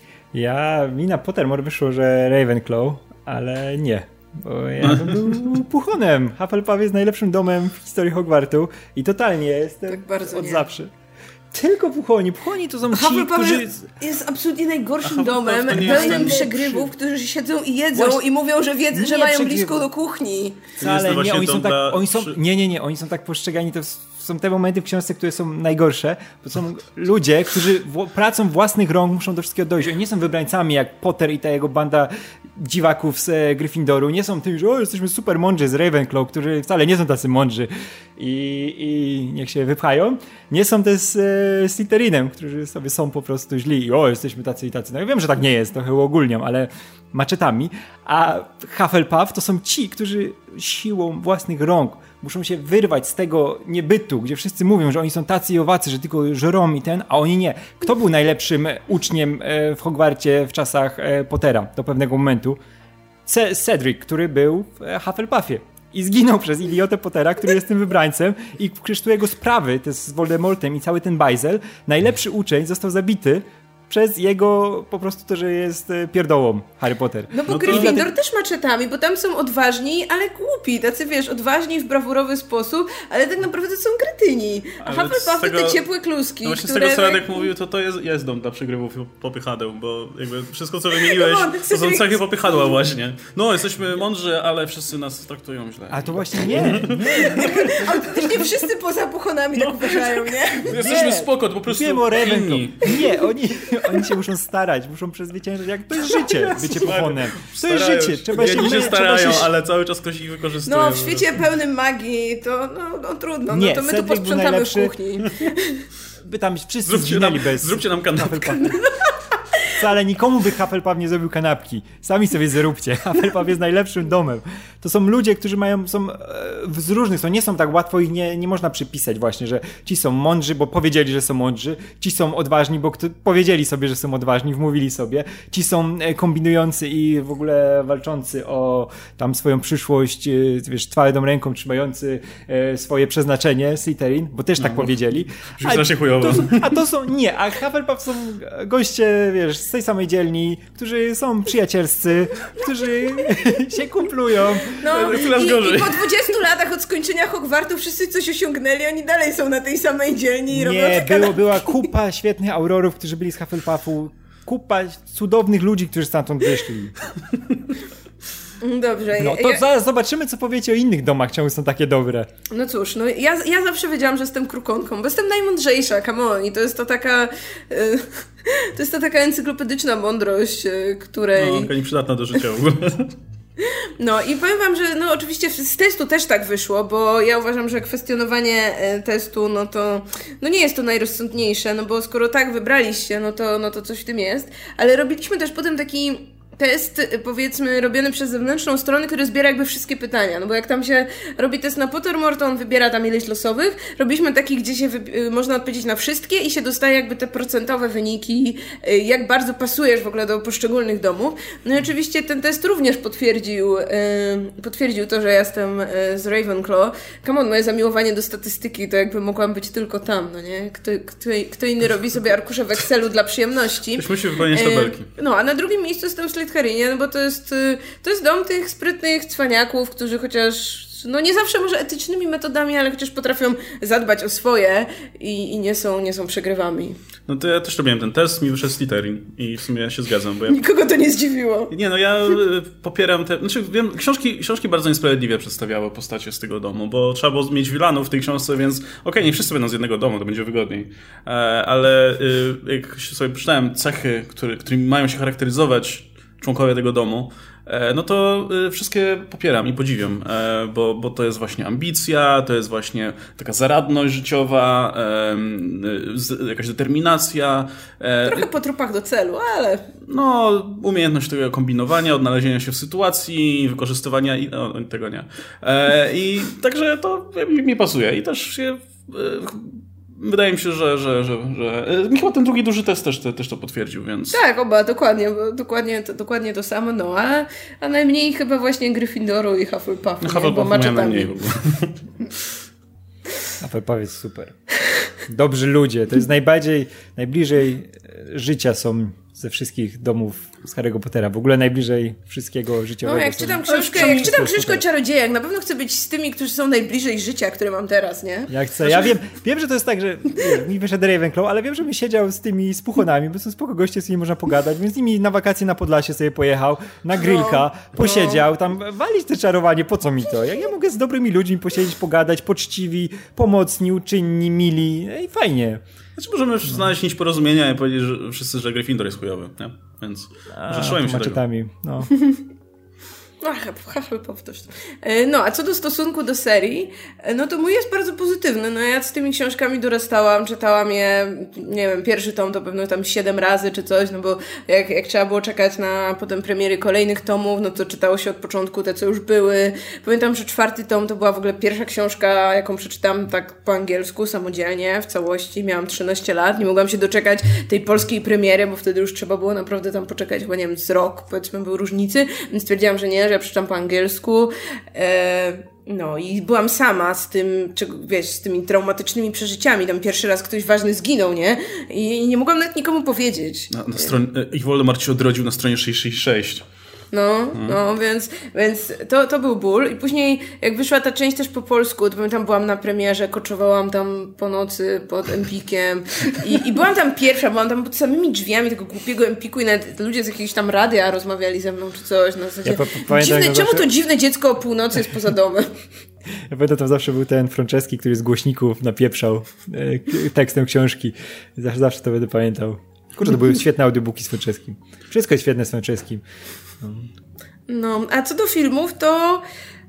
Mi na Pottermore wyszło, że Ravenclaw, ale nie. Bo ja był Puchonem. Hufflepuff jest najlepszym domem w historii Hogwartu i totalnie jestem tak bardzo od zawsze. Tylko Puchoni. Puchoni to są ci, którzy... jest absolutnie najgorszym domem, pełnym przegrywów, którzy siedzą i jedzą i mówią, że mają blisko do kuchni. Wcale nie, oni są tak postrzegani, to są te momenty w książce, które są najgorsze, to są ludzie, którzy pracą własnych rąk muszą do wszystkiego dojść. Oni nie są wybrańcami jak Potter i ta jego banda dziwaków z Gryffindoru. Nie są tymi, że jesteśmy super mądrzy z Ravenclaw, którzy wcale nie są tacy mądrzy i niech się wypchają. Nie są też z Slytherinem, którzy sobie są po prostu źli i jesteśmy tacy i tacy. No ja wiem, że tak nie jest, trochę uogólniam, ale maczetami. A Hufflepuff to są ci, którzy siłą własnych rąk muszą się wyrwać z tego niebytu, gdzie wszyscy mówią, że oni są tacy i owacy, że tylko żrą i a oni nie. Kto był najlepszym uczniem w Hogwarcie w czasach Pottera do pewnego momentu? Cedric, który był w Hufflepuffie. I zginął przez idiotę Pottera, który jest tym wybrańcem i kosztuje jego sprawy, to jest z Voldemortem i cały ten bajzel. Najlepszy uczeń został zabity przez jego po prostu to, że jest pierdołą Harry Potter. No bo Gryffindor też maczetami, bo tam są odważni, ale głupi. Tacy, wiesz, odważni w brawurowy sposób, ale tak naprawdę to są kretyni. A Hufflepuffy te ciepłe kluski, no właśnie które... z tego, co Radek mówił, to jest dom dla przegrywów popychadeł, bo jakby wszystko, co wymieniłeś, to są cechy popychadła właśnie. No, jesteśmy mądrzy, ale wszyscy nas traktują źle. A to właśnie nie. Autentycznie wszyscy poza puchonami tak uważają, nie? Jesteśmy spoko, po prostu inni. Nie, oni się muszą starać, muszą przezwyciężyć, jak to jest życie, bycie puchonem. To jest życie, trzeba się starają, ale cały czas ktoś ich wykorzystuje. No, w świecie pełnym magii to no trudno, nie, no to my tu posprzątamy w kuchni. By tam wszyscy zginęli bez... Zróbcie nam kanapkę. Wcale nikomu by Hufflepuff nie zrobił kanapki. Sami sobie zróbcie. Hufflepuff jest najlepszym domem. To są ludzie, którzy są z różnych stron. Nie są tak łatwo ich nie można przypisać właśnie, że ci są mądrzy, bo powiedzieli, że są mądrzy. Ci są odważni, bo powiedzieli sobie, że są odważni, wmówili sobie. Ci są kombinujący i w ogóle walczący o tam swoją przyszłość, wiesz, twardą ręką trzymający swoje przeznaczenie, Slytherin, bo też tak powiedzieli. A Hufflepuff są goście, wiesz, z tej samej dzielni, którzy są przyjacielscy, którzy się kumplują. No i po 20 latach od skończenia Hogwartu wszyscy coś osiągnęli, oni dalej są na tej samej dzielni i robią była kupa świetnych aurorów, którzy byli z Hufflepuffu, kupa cudownych ludzi, którzy stamtąd wyszli. Dobrze. No to zaraz zobaczymy, co powiecie o innych domach, czemu są takie dobre. No cóż, no ja zawsze wiedziałam, że jestem krukonką, bo jestem najmądrzejsza, come on. I to jest to taka... to jest to taka encyklopedyczna mądrość, której... No, taka nieprzydatna do życia w ogóle. No i powiem wam, że no oczywiście z testu też tak wyszło, bo ja uważam, że kwestionowanie testu, no to no nie jest to najrozsądniejsze, no bo skoro tak wybraliście, no to coś w tym jest. Ale robiliśmy też potem taki... test, powiedzmy, robiony przez zewnętrzną stronę, który zbiera jakby wszystkie pytania. No bo jak tam się robi test na Pottermore, to on wybiera tam ileś losowych. Robiliśmy taki, gdzie się można odpowiedzieć na wszystkie i się dostaje jakby te procentowe wyniki, jak bardzo pasujesz w ogóle do poszczególnych domów. No i oczywiście ten test również potwierdził to, że ja jestem z Ravenclaw. Come on, moje zamiłowanie do statystyki to jakby mogłam być tylko tam, no nie? Kto inny robi sobie arkusze w Excelu dla przyjemności. Ktoś musi wypełniać tabelki. No, a na drugim miejscu jestem Slytherinie, no bo to jest dom tych sprytnych cwaniaków, którzy chociaż no nie zawsze może etycznymi metodami, ale chociaż potrafią zadbać o swoje i nie są przegrywami. No to ja też robiłem ten test, mi wyszedł Slytherin i w sumie ja się zgadzam. Bo ja... Nikogo to nie zdziwiło. Nie, no ja popieram te... Znaczy wiem, książki bardzo niesprawiedliwie przedstawiały postacie z tego domu, bo trzeba było mieć wilanów w tej książce, więc okej, nie wszyscy będą z jednego domu, to będzie wygodniej. Ale jak sobie przeczytałem cechy, którymi mają się charakteryzować członkowie tego domu, no to wszystkie popieram i podziwiam, bo to jest właśnie ambicja, to jest właśnie taka zaradność życiowa, jakaś determinacja. Trochę po trupach do celu, ale... No, umiejętność tego kombinowania, odnalezienia się w sytuacji, wykorzystywania tego nie. I także to mi pasuje i też się... Wydaje mi się, że chyba ten drugi duży test też to potwierdził, więc... Tak, oba, dokładnie to samo, no, a najmniej chyba właśnie Gryffindoru i Hufflepuffu. No, Hufflepuff miałem najmniej w ogóle. Hufflepuff jest super. Dobrzy ludzie, to jest najbliżej życia są ze wszystkich domów z Harry'ego Pottera. W ogóle najbliżej wszystkiego życiowego. No, jak czytam książkę o czarodziejach, na pewno chcę być z tymi, którzy są najbliżej życia, które mam teraz, nie? Ja chcę. Ja wiem, że to jest tak, że mi wyszedł Ravenclaw, ale wiem, że bym siedział z tymi spuchonami, bo są spoko goście, z nimi można pogadać, więc z nimi na wakacje na Podlasie sobie pojechał, na grillka, posiedział, tam walić te czarowanie, po co mi to? Ja mogę z dobrymi ludźmi posiedzieć, pogadać, poczciwi, pomocni, uczynni, mili, i fajnie. Znaczy możemy znaleźć nić porozumienia i powiedzieć, że wszyscy, że Gryffindor jest chujowy, nie? Więc szłem się maczetami, no. Powtórz. No, a co do stosunku do serii, no to mój jest bardzo pozytywny. No ja z tymi książkami dorastałam, czytałam je, nie wiem, pierwszy tom to pewno tam 7 razy czy coś, no bo jak trzeba było czekać na potem premiery kolejnych tomów, no to czytało się od początku te, co już były. Pamiętam, że 4. tom to była w ogóle pierwsza książka, jaką przeczytałam tak po angielsku, samodzielnie, w całości. Miałam 13 lat, nie mogłam się doczekać tej polskiej premiery, bo wtedy już trzeba było naprawdę tam poczekać, chyba nie wiem, z rok, powiedzmy, były różnicy, więc stwierdziłam, że nie, że ja przeczytam po angielsku. No i byłam sama z tym, wiesz, z tymi traumatycznymi przeżyciami. Tam pierwszy raz ktoś ważny zginął, nie? I nie mogłam nawet nikomu powiedzieć. Na stronie, i Voldemort się odrodził na stronie 666. No, więc to był ból. I później, jak wyszła ta część też po polsku, to pamiętam, byłam na premierze, koczowałam tam po nocy pod Empikiem i byłam tam pierwsza, byłam tam pod samymi drzwiami tego głupiego Empiku i nawet ludzie z jakiegoś tam radia rozmawiali ze mną czy coś. Na zasadzie, czemu to dziwne dziecko o północy jest poza domem? Ja pamiętam, tam zawsze był ten Franceski, który z głośników napieprzał tekstem książki. Zawsze to będę pamiętał. Kurczę, to były świetne audiobooki z Franceskim. Wszystko jest świetne z Franceskim. No, a co do filmów, to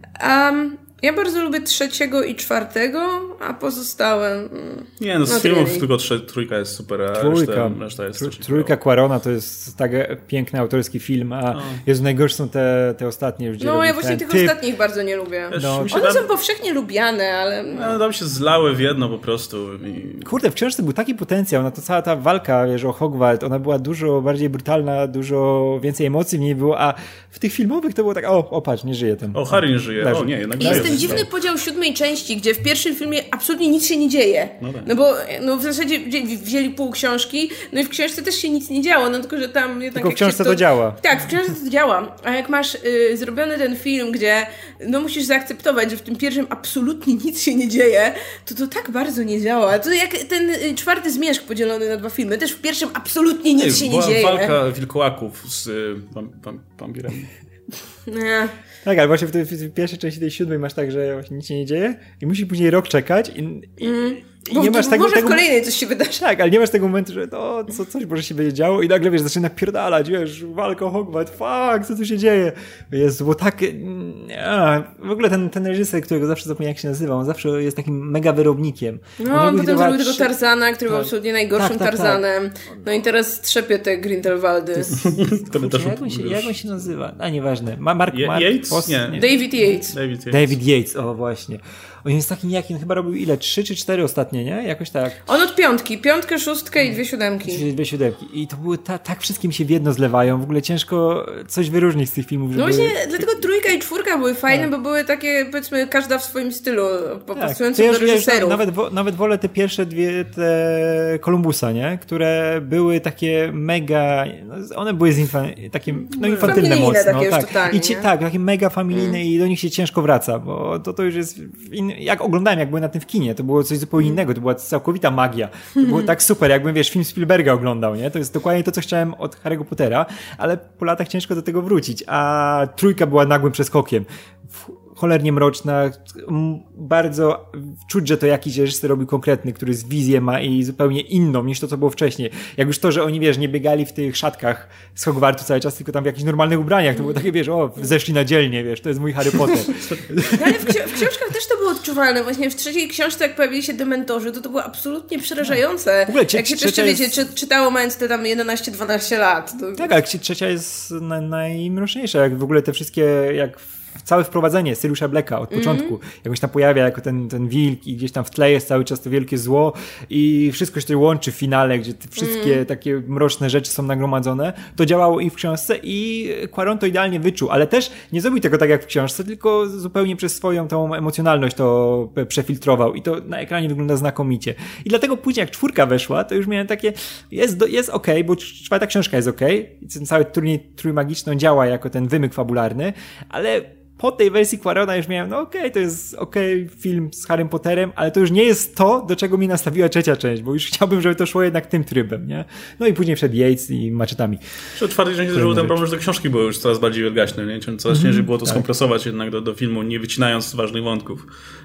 ja bardzo lubię 3. i 4, a pozostałe... Nie, no z filmów tylko 3 jest super, a reszta jest... Trójka Cuarona to jest tak piękny autorski film, a Jezu, najgorsze są te ostatnie już. No, ja właśnie tych ostatnich bardzo nie lubię. One są powszechnie lubiane, ale... No, tam się zlały w jedno po prostu. Kurde, w książce był taki potencjał, no to cała ta walka, wiesz, o Hogwart, ona była dużo bardziej brutalna, dużo więcej emocji w niej było, a w tych filmowych to było tak, patrz, nie żyje ten. Harry nie żyje, nie, jednak żyje. Jest ten dziwny podział 7. części, gdzie w pierwszym filmie absolutnie nic się nie dzieje. No bo w zasadzie wzięli pół książki, no i w książce też się nic nie działo, no tylko że tam jednak... Tylko w książce to działa. Tak, w książce to działa, a jak masz zrobiony ten film, gdzie no musisz zaakceptować, że w tym pierwszym absolutnie nic się nie dzieje, to tak bardzo nie działa. To jak ten 4. Zmierzch podzielony na 2 filmy, też w pierwszym absolutnie nic się nie dzieje. Walka wilkołaków z wampirami. Nie. Tak, ale właśnie w pierwszej części tej 7 masz tak, że właśnie nic się nie dzieje i musisz później rok czekać i nie masz tego... Może w kolejnej coś się wydarzy. Tak, ale nie masz tego momentu, że coś może się będzie działo i nagle, wiesz, zaczyna napierdalać, wiesz, walka o Hogwart, co tu się dzieje? Jezu, bo tak... w ogóle ten reżyser, którego zawsze zapomniałem, jak się nazywa, on zawsze jest takim mega wyrobnikiem. No, on potem zrobił tego Tarzana, który był absolutnie najgorszym Tarzanem. No i teraz trzepie te Grindelwaldy. Jak on się nazywa? Nieważne. Yates? Nie. David Yates, o właśnie. On jest taki nijaki, on chyba robił ile? 3 czy 4 ostatnie, nie? Jakoś tak. On od 5, 6 i 2 7. 2 7. I to były tak wszystkim się w jedno zlewają. W ogóle ciężko coś wyróżnić z tych filmów. No właśnie, dlatego 3 i 4 były fajne, bo były takie, powiedzmy, każda w swoim stylu, pasujące do reżyserów. Nawet wolę te pierwsze 2, te Columbusa, nie? Które były takie mega, one były takie infantylne mocno. Takie tak. Totalnie, tak, takie mega familijne i do nich się ciężko wraca, bo to już jest jak oglądałem, jak byłem na tym w kinie, to było coś zupełnie innego, to była całkowita magia. To było tak super, jakbym, wiesz, film Spielberga oglądał, nie? To jest dokładnie to, co chciałem od Harry'ego Pottera, ale po latach ciężko do tego wrócić, a 3 była nagłym przeskokiem. Cholernie mroczna, bardzo czuć, że to jakiś reżyser robił konkretny, który z wizję ma i zupełnie inną niż to, co było wcześniej. Jak już to, że oni, wiesz, nie biegali w tych szatkach z Hogwartu cały czas, tylko tam w jakichś normalnych ubraniach. To było takie, wiesz, zeszli na dzielnie, wiesz, to jest mój Harry Potter. No, ale w książkach też to było odczuwalne. Właśnie w 3 książce, jak pojawili się dementorzy, to było absolutnie przerażające. W ogóle jak się jeszcze, wiecie, czytało mając te tam 11-12 lat. To... Tak, ale 3 jest najmroczniejsza. Jak w ogóle te wszystkie, całe wprowadzenie Siriusa Blacka od początku, jak on się tam pojawia jako ten wilk i gdzieś tam w tle jest cały czas to wielkie zło i wszystko się tutaj łączy w finale, gdzie te wszystkie takie mroczne rzeczy są nagromadzone, to działało i w książce i Cuarón to idealnie wyczuł, ale też nie zrobił tego tak jak w książce, tylko zupełnie przez swoją tą emocjonalność to przefiltrował i to na ekranie wygląda znakomicie. I dlatego później jak 4 weszła, to już miałem takie, jest okej, bo 4 książka jest okej, cały turniej trójmagiczny działa jako ten wymyk fabularny, ale po tej wersji Cuarona już miałem, to jest film z Harrym Potterem, ale to już nie jest to, do czego mi nastawiła 3 część, bo już chciałbym, żeby to szło jednak tym trybem, nie? No i później wszedł Yates i maczetami. W 4 części też był ten problem, że te książki były już coraz bardziej wielgaśne, nie? Coraz ciężej było to skompresować jednak do filmu, nie wycinając ważnych wątków.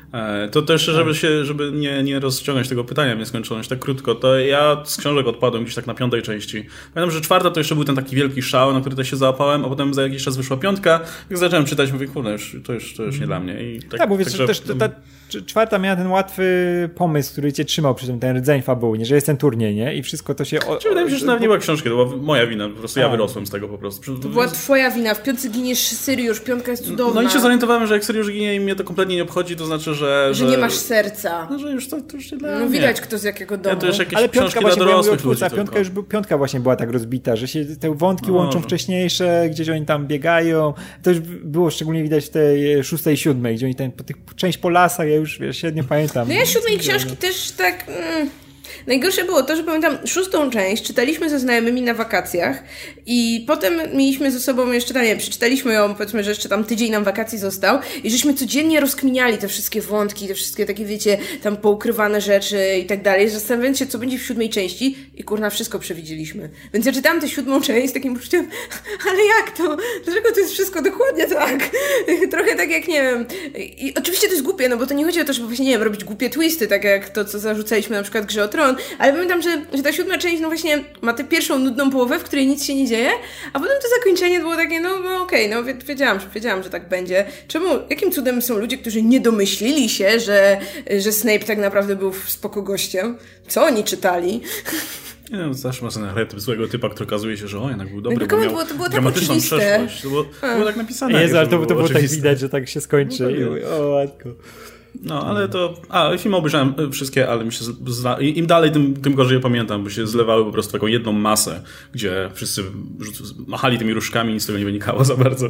To też, żeby nie rozciągać tego pytania w nieskończoność, tak krótko, to ja z książek odpadłem gdzieś tak na 5. części. Pamiętam, że 4. to jeszcze był ten taki wielki szał, na który też się załapałem, a potem za jakiś czas wyszła 5. Jak zacząłem czytać, mówię, kurde, to już nie dla mnie. I tak, bo wiesz, że też ta 4. miała ten łatwy pomysł, który cię trzymał przy tym, ten rdzeń fabuły, nie? Że jest ten turniej, nie? I wszystko to się... Wydaje mi się, że nawet nie była książki, to była moja wina, po prostu ja wyrosłem z tego po prostu. To była twoja wina, w 5. giniesz Syriusz, 5. jest cudowna. No i się zorientowałem, że jak Syriusz ginie i mnie to kompletnie nie obchodzi, to znaczy, że nie masz serca. No, że już to już nie dla mnie. Widać kto z jakiego domu. Ja to już jakieś ale książki właśnie dla dorosłych ludzi. Piątka właśnie była tak rozbita, że się te wątki łączą wcześniejsze, gdzieś oni tam biegają. To już było szczególnie widać w tej 6. i 7, gdzie oni część po lasach, ja już średnio pamiętam. No ja 7 książki też tak... Najgorsze było to, że pamiętam 6. część czytaliśmy ze znajomymi na wakacjach i potem mieliśmy ze sobą jeszcze, nie wiem, przeczytaliśmy ją, powiedzmy, że jeszcze tam tydzień nam wakacji został i żeśmy codziennie rozkminiali te wszystkie wątki, te wszystkie takie, wiecie, tam poukrywane rzeczy i tak dalej, zastanawiając się, co będzie w 7. części i kurna, wszystko przewidzieliśmy. Więc ja czytałam tę 7. część z takim poczuciem, ale jak to? Dlaczego to jest wszystko dokładnie tak? Trochę tak jak, nie wiem, i oczywiście to jest głupie, no bo to nie chodzi o to, żeby właśnie, nie wiem, robić głupie twisty, tak jak to, co zarzucaliśmy na przykład Grze o Tron, ale pamiętam, że ta 7. część, no właśnie ma tę pierwszą nudną połowę, w której nic się nie dzieje, a potem to zakończenie było takie, no okej, wiedziałam, że tak będzie. Jakim cudem są ludzie, którzy nie domyślili się, że Snape tak naprawdę był spoko gościem? Co oni czytali? Nie wiem, zawsze masz ten złego typa, który okazuje się, że jednak był dobry, bo miał to było dramatyczną tak przeszłość. To było tak napisane. Jezu, ale to było tak widać, że tak się skończy. O matko. No, ale to... filmy obejrzałem wszystkie, ale mi się im dalej, tym gorzej je pamiętam, bo się zlewały po prostu taką jedną masę, gdzie wszyscy machali tymi różkami i nic z tego nie wynikało za bardzo.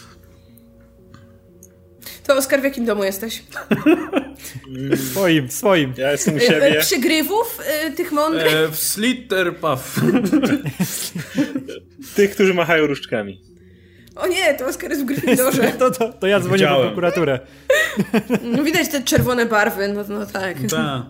To Oskar, w jakim domu jesteś? Swoim. Ja jestem u siebie. Przygrywów tych mądrych? W Slitterpuff. Tych, którzy machają różdżkami. O nie, to Oskar jest w Gryffindorze. To ja dzwonię po prokuraturę. No widać te czerwone barwy, no tak.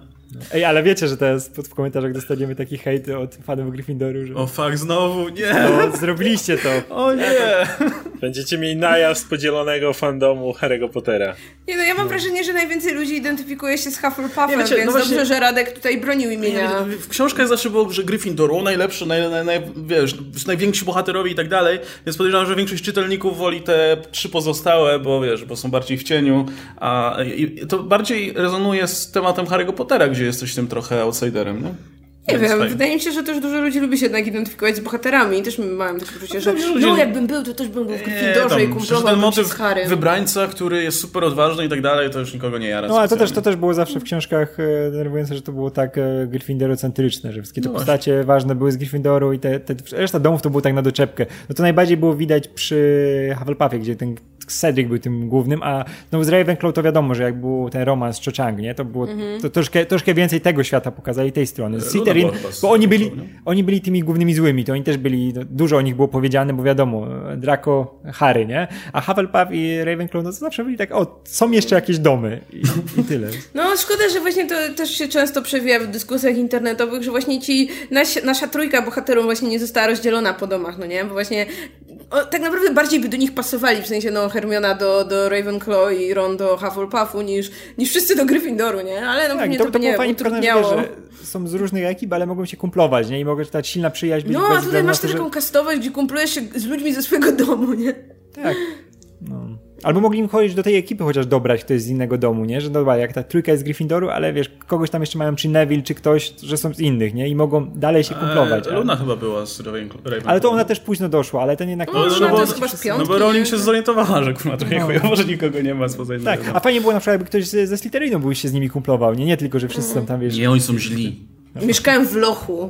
Ej, ale wiecie, że teraz w komentarzach dostaniemy taki hejt od fanów Gryffindoru, że... O fuck, znowu, nie! No, zrobiliście to. O nie! Będziecie mieli najazd podzielonego fandomu Harry'ego Pottera. Nie, no ja mam wrażenie, że najwięcej ludzi identyfikuje się z Hufflepuffem, wiecie, więc właśnie... dobrze, że Radek tutaj bronił imienia. W książkach zawsze było, że Gryffindor najlepszy, wiesz, najwięksi bohaterowie i tak dalej, więc podejrzewam, że większość czytelników woli te 3 pozostałe, bo wiesz, bo są bardziej w cieniu, a to bardziej rezonuje z tematem Harry'ego Pottera, gdzie jesteś tym trochę outsiderem, nie? Nie wiem, wydaje mi się, że też dużo ludzi lubi się jednak identyfikować z bohaterami i też mam takie poczucie, że jakbym był, to też bym był w Gryffindorze i kumplowałbym się z Harrym. Wybrańca, który jest super odważny i tak dalej, to już nikogo nie jara. No ale to też było zawsze w książkach denerwujące, że to było tak Gryffindorocentryczne, że wszystkie te postacie ważne były z Gryffindoru i reszta domów to było tak na doczepkę. No to najbardziej było widać przy Hufflepuffie, gdzie ten Cedric był tym głównym, a no z Ravenclaw to wiadomo, że jak był ten romans z Cho Chang, nie? To było to troszkę więcej tego świata pokazali, tej strony. Slytherin, bo oni byli tymi głównymi złymi, to oni też byli, dużo o nich było powiedziane, bo wiadomo, Draco, Harry, nie? A Hufflepuff i Ravenclaw, no to zawsze byli tak, są jeszcze jakieś domy i tyle. No szkoda, że właśnie to też się często przewija w dyskusjach internetowych, że właśnie nasza trójka bohaterów właśnie nie została rozdzielona po domach, no nie? Bo właśnie tak naprawdę bardziej by do nich pasowali, w sensie Hermiona do Ravenclaw i Ron do Hufflepuffu niż wszyscy do Gryffindoru, nie? Ale tak, mnie to nie utrudniało. Że są z różnych ekip, ale mogą się kumplować, nie? I mogą ta silna przyjaźń być. No, a tutaj masz taką kastowość, gdzie kumplujesz się z ludźmi ze swojego domu, nie? Tak. No. Albo mogli im chodzić do tej ekipy chociaż dobrać, kto jest z innego domu, nie? Że dobra, jak ta trójka jest z Gryffindoru, ale wiesz, kogoś tam jeszcze mają, czy Neville, czy ktoś, że są z innych, nie? I mogą dalej się kumplować. Luna chyba była z Ravenclaw. Ale to ona też późno doszła, ale ten jednak... to jest chyba z piątki. No bo Rowling się zorientowała, że kurwa trochę chujowo, że nikogo nie ma spoza innego. Tak, a fajnie było na przykład, jakby ktoś ze Slytherinu by się z nimi kumplował, nie tylko, że wszyscy są tam, wiesz... Nie, oni są źli. Mieszkają w lochu.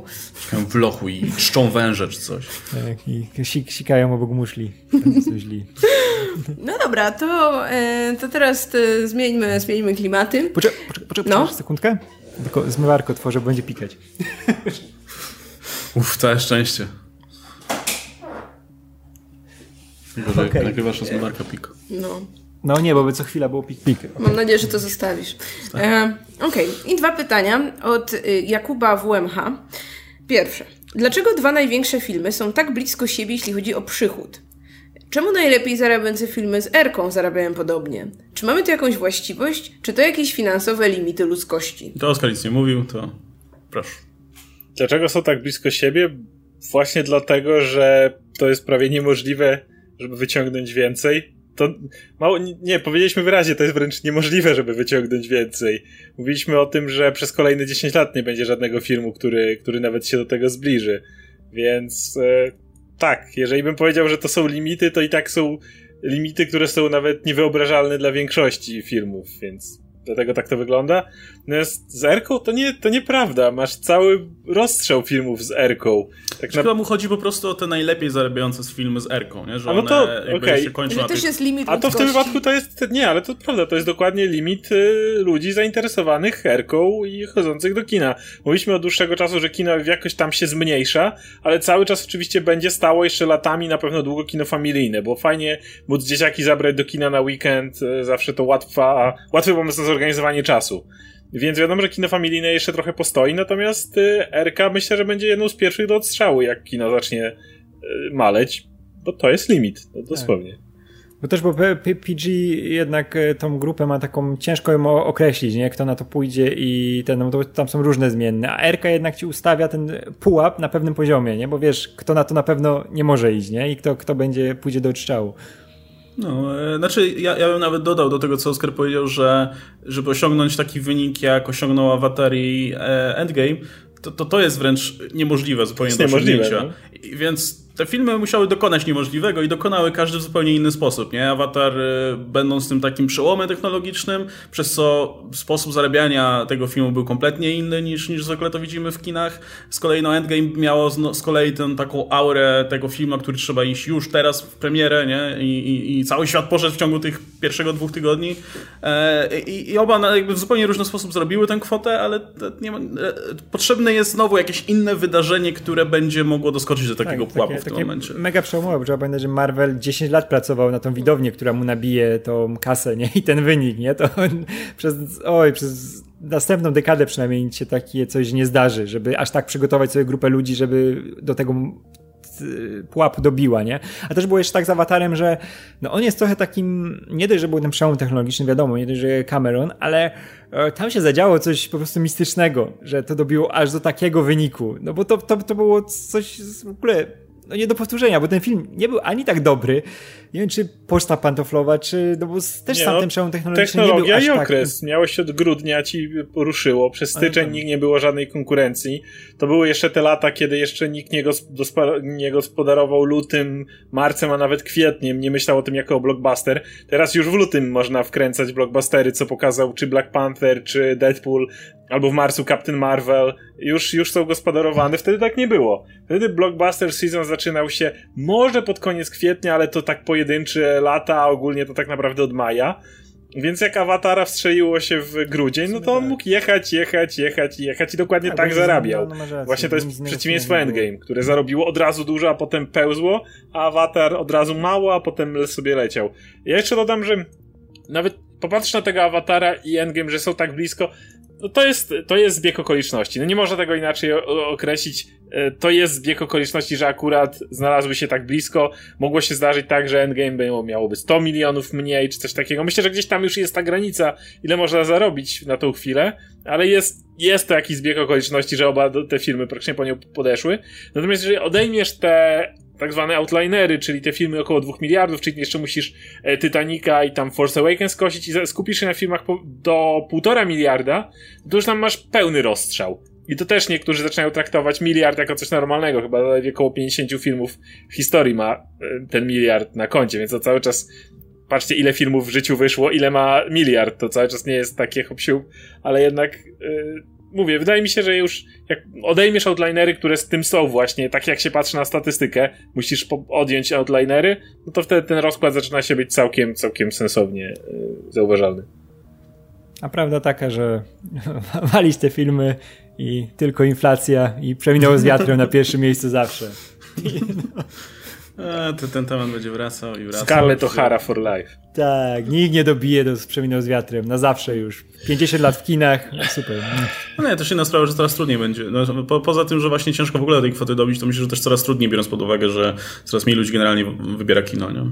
I czczą węże czy coś. Tak, i sikają obok muszli. Są źli. No dobra, to teraz zmieńmy klimaty. Poczekaj sekundkę. Tylko zmywarkę otworzę, bo będzie pikać. Całe szczęście. Okay. Nagrywasz zmywarka pik. No nie, bo co chwila było pik. Mam nadzieję, że to zostawisz. Okej. I 2 pytania od Jakuba WMH. Pierwsze. Dlaczego 2 największe filmy są tak blisko siebie, jeśli chodzi o przychód? Czemu najlepiej zarabiające filmy z R-ką zarabiają podobnie? Czy mamy tu jakąś właściwość, czy to jakieś finansowe limity ludzkości? To Oskar nic nie mówił, to proszę. Dlaczego są tak blisko siebie? Właśnie dlatego, że to jest prawie niemożliwe, żeby wyciągnąć więcej. To mało, nie, powiedzieliśmy wyraźnie, to jest wręcz niemożliwe, żeby wyciągnąć więcej. Mówiliśmy o tym, że przez kolejne 10 lat nie będzie żadnego filmu, który nawet się do tego zbliży. Więc tak, jeżeli bym powiedział, że to są limity, to i tak są limity, które są nawet niewyobrażalne dla większości filmów, więc dlatego tak to wygląda. Natomiast z R-ką to nieprawda. Masz cały rozstrzał filmów z R-ką. Tak chyba mu chodzi po prostu o te najlepiej zarabiające z filmy z R-ką, nie? Że no to, one jakby się kończą to też jest limit A to w tym wypadku to jest... Nie, ale to prawda, to jest dokładnie limit ludzi zainteresowanych R-ką i chodzących do kina. Mówiliśmy od dłuższego czasu, że kino jakoś tam się zmniejsza, ale cały czas oczywiście będzie stało jeszcze latami na pewno długo kino familijne, bo fajnie móc dzieciaki zabrać do kina na weekend, zawsze to łatwy pomysł na zorganizowanie czasu. Więc wiadomo, że kino familijne jeszcze trochę postoi, natomiast R-ka myślę, że będzie jedną z pierwszych do odstrzału, jak kino zacznie maleć, bo to jest limit, dosłownie. Tak. Bo też, bo PG jednak tą grupę ma taką, ciężko ją określić, nie? Kto na to pójdzie i no to tam są różne zmienne, a R-ka jednak ci ustawia ten pułap na pewnym poziomie, nie? Bo wiesz, kto na to na pewno nie może iść, nie? I kto pójdzie do odstrzału. No, znaczy ja bym nawet dodał do tego, co Oskar powiedział, że żeby osiągnąć taki wynik, jak osiągnął Avatar i Endgame, to jest wręcz niemożliwe zupełnie do osiągnięcia. No. Więc te filmy musiały dokonać niemożliwego i dokonały każdy w zupełnie inny sposób, nie? Avatar będąc tym takim przełomem technologicznym, przez co sposób zarabiania tego filmu był kompletnie inny niż zwykle to widzimy w kinach. Z kolei Endgame miało z kolei tę taką aurę tego filmu, na który trzeba iść już teraz w premierę, nie? I cały świat poszedł w ciągu tych pierwszego 2 tygodni. I oba jakby w zupełnie różny sposób zrobiły tę kwotę, ale potrzebne jest znowu jakieś inne wydarzenie, które będzie mogło doskoczyć do takiego pułapu w tym momencie. Mega przełomowe, bo trzeba pamiętać, że Marvel 10 lat pracował na tą widownię, która mu nabije tą kasę, nie? I ten wynik, nie? To przez następną dekadę przynajmniej nic się takie coś nie zdarzy, żeby aż tak przygotować sobie grupę ludzi, żeby do tego pułapu dobiła, nie? A też było jeszcze tak z Avatarem, że no on jest trochę takim, nie dość, że był ten przełom technologiczny, wiadomo, nie dość, że Cameron, ale tam się zadziało coś po prostu mistycznego, że to dobiło aż do takiego wyniku. No bo to było coś w ogóle nie do powtórzenia, bo ten film nie był ani tak dobry, nie wiem, czy poczta pantoflowa, czy no bo też sam ten przełom technologiczny nie był aż i okres. Tak... Miałeś od grudnia ci ruszyło, przez styczeń nikt nie było żadnej konkurencji. To były jeszcze te lata, kiedy jeszcze nikt nie gospodarował lutym, marcem, a nawet kwietniem, nie myślał o tym jako o blockbuster. Teraz już w lutym można wkręcać blockbustery, co pokazał czy Black Panther, czy Deadpool, albo w marcu Captain Marvel, już są gospodarowane. Wtedy tak nie było. Wtedy blockbuster season zaczynał się może pod koniec kwietnia, ale to tak pojedyncze lata, a ogólnie to tak naprawdę od maja. Więc jak Awatara wstrzeliło się w grudzień, no to on mógł jechać i dokładnie tak zarabiał. Właśnie to jest przeciwieństwo Endgame, które zarobiło od razu dużo, a potem pełzło, a Avatar od razu mało, a potem sobie leciał. Ja jeszcze dodam, że nawet popatrz na tego Awatara i Endgame, że są tak blisko. No to jest zbieg okoliczności. No nie można tego inaczej określić. To jest zbieg okoliczności, że akurat znalazły się tak blisko. Mogło się zdarzyć tak, że Endgame miałoby 100 milionów mniej, czy coś takiego. Myślę, że gdzieś tam już jest ta granica, ile można zarobić na tą chwilę, ale jest to jakiś zbieg okoliczności, że oba te filmy praktycznie po nią podeszły. Natomiast jeżeli odejmiesz te tak zwane outlinery, czyli te filmy około 2 miliardów, czyli jeszcze musisz Titanica i tam Force Awakens kosić i skupisz się na filmach do 1,5 miliarda, to już tam masz pełny rozstrzał. I to też niektórzy zaczynają traktować miliard jako coś normalnego. Chyba około 50 filmów w historii ma ten miliard na koncie, więc to cały czas patrzcie, ile filmów w życiu wyszło, ile ma miliard. To cały czas nie jest takie hop-siup, ale jednak mówię, wydaje mi się, że już jak odejmiesz outlinery, które z tym są właśnie, tak jak się patrzy na statystykę, musisz odjąć outlinery, no to wtedy ten rozkład zaczyna się być całkiem sensownie zauważalny. A prawda taka, że walić te filmy i tylko inflacja i przeminęło z wiatrem na pierwszym miejscu zawsze. Ten temat będzie wracał i wracał. Scarlett O'Hara for life. Tak, nikt nie dobije do Przeminął z wiatrem, na zawsze już. 50 lat w kinach, super. No nie, też inna sprawa, że coraz trudniej będzie. No, poza tym, że właśnie ciężko w ogóle tej kwoty dobić, to myślę, że też coraz trudniej, biorąc pod uwagę, że coraz mniej ludzi generalnie wybiera kino, nie?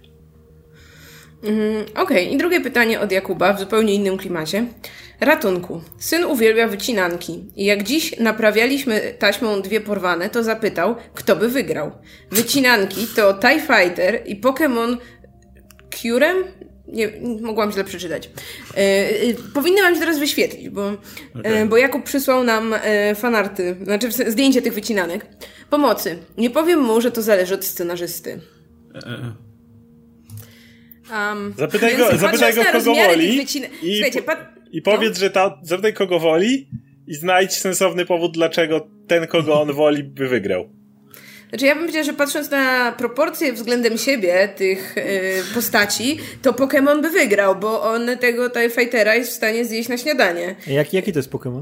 Okej, i drugie pytanie od Jakuba w zupełnie innym klimacie. Ratunku. Syn uwielbia wycinanki i jak dziś naprawialiśmy taśmą dwie porwane, to zapytał, kto by wygrał. Wycinanki to TIE Fighter i Pokémon Curem? Nie, mogłam źle przeczytać. Powinny wam się teraz wyświetlić, bo Jakub przysłał nam fanarty, znaczy zdjęcie tych wycinanek. Pomocy. Nie powiem mu, że to zależy od scenarzysty. Zapytaj go kogo woli i powiedz, że zapytaj kogo woli i znajdź sensowny powód, dlaczego ten, kogo on woli, by wygrał. Znaczy ja bym powiedziała, że patrząc na proporcje względem siebie tych postaci, to Pokémon by wygrał, bo on tego TIE Fightera jest w stanie zjeść na śniadanie. Jaki to jest Pokémon?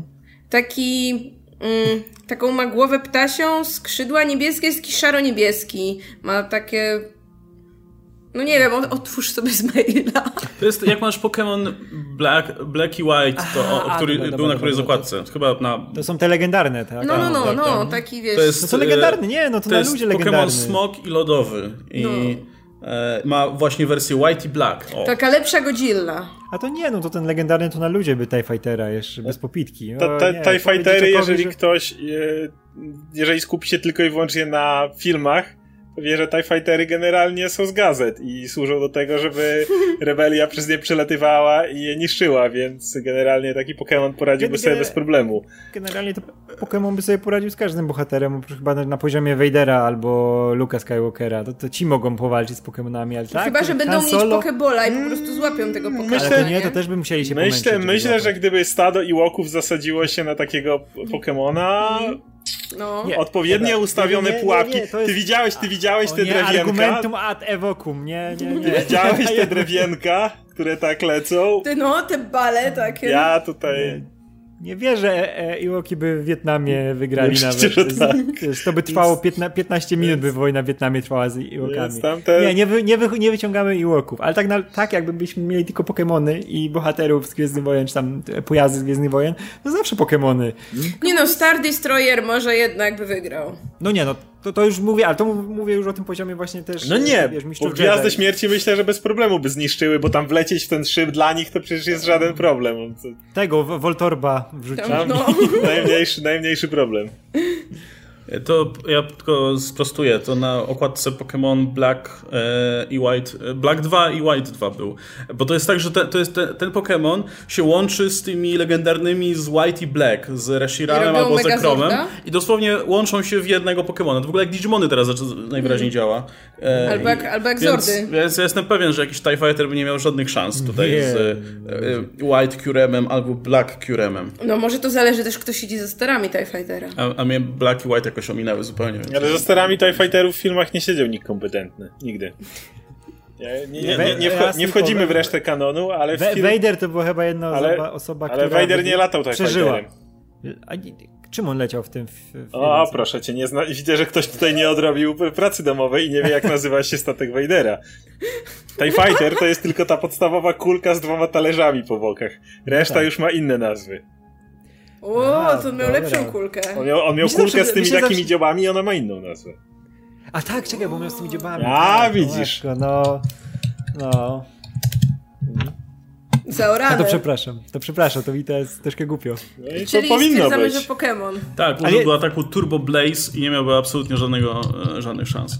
Taką ma głowę ptasią, skrzydła niebieskie, jest jakiś szaro-niebieski. Ma takie... No nie wiem, otwórz sobie z maila. To jest, jak masz Pokémon Black i White, który był na którejś zakładce. Chyba na... To są te legendarne, tak? No, taki wiesz... To są legendarne, nie, no to na ludzie legendarny. To jest Pokémon Smog i Lodowy. I ma właśnie wersję White i Black. O. Taka lepsza Godzilla. A to nie, no to ten legendarny to na ludzie by TIE Fightera jeszcze bez popitki. TIE Fightery, jeżeli skupi się tylko i wyłącznie na filmach, wie, że TIE Fightery generalnie są z gazet i służą do tego, żeby rebelia przez nie przelatywała i je niszczyła, więc generalnie taki Pokémon poradziłby sobie bez problemu. Generalnie to Pokémon by sobie poradził z każdym bohaterem, chyba na poziomie Vadera albo Luka Skywalkera. To ci mogą powalczyć z Pokémonami, ale tak? Chyba, że będą mieć Pokebola i po prostu złapią tego Pokemona. Ale to nie, to też by musieli się pomęczyć. Myślę, że gdyby stado Ewoków zasadziło się na takiego Pokémona... odpowiednio ustawione pułapki. Ty widziałeś te drewienka? Argumentum ad evocum, nie. Widziałeś te drewienka, które tak lecą? Te bale takie. Ja tutaj... Nie wierzę, Ewoki by w Wietnamie wygrali nawet. Tak. To by trwało 15 minut, by wojna w Wietnamie trwała z Ewokami. Nie wyciągamy Ewoków, ale tak jakbyśmy mieli tylko Pokemony i bohaterów z Gwiezdnych Wojen, czy tam pojazdy z Gwiezdnych Wojen, to zawsze Pokemony. Star Destroyer może jednak by wygrał. To już mówię, ale to mówię już o tym poziomie właśnie też. Bo Gwiazdy Śmierci myślę, że bez problemu by zniszczyły, bo tam wlecieć w ten szyb dla nich to przecież jest żaden problem. Tego Voltorba wrzucić. Najmniejszy problem. To ja tylko sprostuję, to na okładce Pokémon Black i White, Black 2 i White 2 był. Bo to jest tak, że ten Pokémon się łączy z tymi legendarnymi z White i Black, z Reshiramem albo z Ekromem i dosłownie łączą się w jednego Pokémona. To w ogóle jak Digimony teraz najwyraźniej działa. Albo jak Zordy. Więc ja jestem pewien, że jakiś TIE Fighter by nie miał żadnych szans tutaj z White Curemem albo Black Curemem. Może to zależy też, kto siedzi za sterami TIE Fightera. A mnie Black i White jakoś ominęły zupełnie. Ale za sterami TIE Fighterów w filmach nie siedział nikt kompetentny. Nigdy. Nie wchodzimy w resztę kanonu, ale Vader to była chyba jedna osoba, która... Ale Vader nie latał TIE Fighterem. Czym on leciał w tym filmie? Proszę cię, widzę, że ktoś tutaj nie odrobił pracy domowej i nie wie, jak nazywa się statek Vadera. TIE Fighter to jest tylko ta podstawowa kulka z 2 talerzami po bokach. Reszta już ma inne nazwy. To miał lepszą kulkę. On miał kulkę z tymi takimi dziobami i ona ma inną nazwę. A tak, czekaj, bo miał z tymi dziobami. Widzisz. Zaorane. To przepraszam, to mi to jest troszkę głupio. Czyli to powinno być. Że Pokémon. Tak, użył ataku Turbo Blaze i nie miałby absolutnie żadnych szans.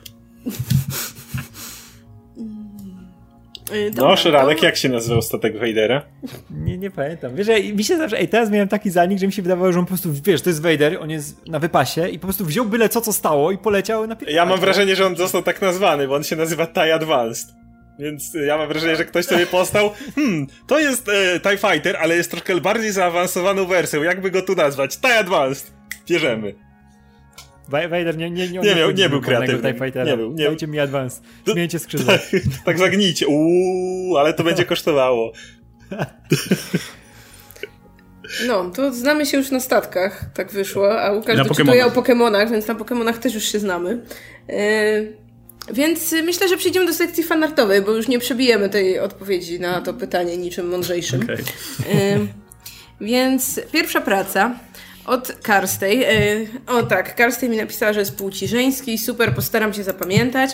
Radek, jak się nazywał statek Vadera? Nie pamiętam. Wiesz, mi się zawsze, teraz miałem taki zanik, że mi się wydawało, że on po prostu, to jest Vader, on jest na wypasie i po prostu wziął byle co stało i poleciał na Ja mam wrażenie, że on został tak nazwany, bo on się nazywa TIE Advanced. Więc ja mam wrażenie, że ktoś sobie postał, to jest TIE Fighter, ale jest troszkę bardziej zaawansowaną wersją. Jakby go tu nazwać? TIE Advanced. Bierzemy. Vader nie był kreatywny. Nie był. Dajcie mi Advance. Zmieńcie skrzydła. Tak zagnijcie. Ale to będzie kosztowało. To znamy się już na statkach. Tak wyszło. A Łukasz doczytuje o Pokemonach, więc na Pokemonach też już się znamy. Więc myślę, że przejdziemy do sekcji fanartowej, bo już nie przebijemy tej odpowiedzi na to pytanie niczym mądrzejszym. Okay. Więc pierwsza praca od Karstej. O tak, Karstej mi napisała, że jest płci żeńskiej. Super, postaram się zapamiętać.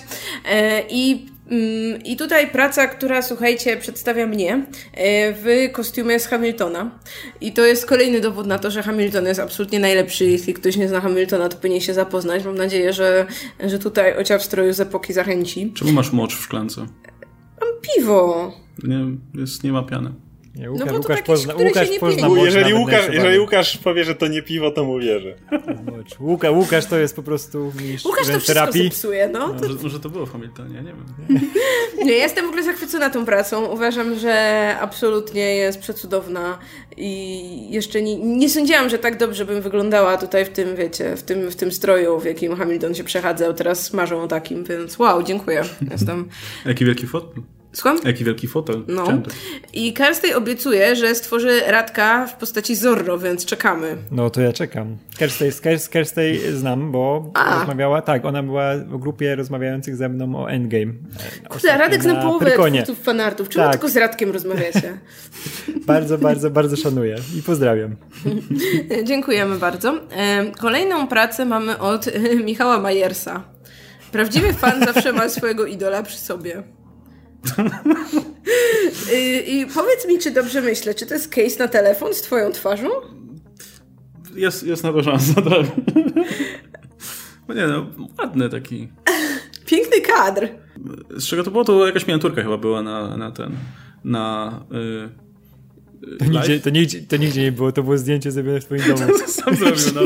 I tutaj praca, która, słuchajcie, przedstawia mnie w kostiumie z Hamiltona. I to jest kolejny dowód na to, że Hamilton jest absolutnie najlepszy. Jeśli ktoś nie zna Hamiltona, to powinien się zapoznać. Mam nadzieję, że tutaj Ocia w stroju z epoki zachęci. Czemu masz mocz w szklance? Mam piwo. Nie ma piany. Nie, Łukasz pozna jeżeli Łukasz powie, że to nie piwo, to mu wierzę. Łukasz to jest po prostu mistrz Łukasz to wszystko terapii. Zepsuje, no. Może to było w Hamiltonie, nie wiem. Nie, ja jestem w ogóle zachwycona tą pracą. Uważam, że absolutnie jest przecudowna i jeszcze nie sądziłam, że tak dobrze bym wyglądała tutaj w tym, wiecie, w tym stroju, w jakim Hamilton się przechadzał. Teraz marzą o takim, więc wow, dziękuję. Jestem... Jaki wielki fotel. Słucham? Jaki wielki fotel. No. I Karstej obiecuje, że stworzy Radka w postaci Zorro, więc czekamy. No to ja czekam. Karstej znam, bo rozmawiała, tak, ona była w grupie rozmawiających ze mną o Endgame. Kurde, Radek zna połowę twórców fanartów. Czemu tylko z Radkiem rozmawiacie? Bardzo szanuję i pozdrawiam. Dziękujemy bardzo. Kolejną pracę mamy od Michała Majersa. Prawdziwy fan zawsze ma swojego idola przy sobie. I powiedz mi, czy dobrze myślę, czy to jest case na telefon z twoją twarzą? Jest na to szansa, tak. No nie no, ładny taki. Piękny kadr. Z czego to było? To jakaś miniaturka chyba była na ten... To nigdzie nie było, to było zdjęcie zrobione w twoim domu. To sam zrobił, no.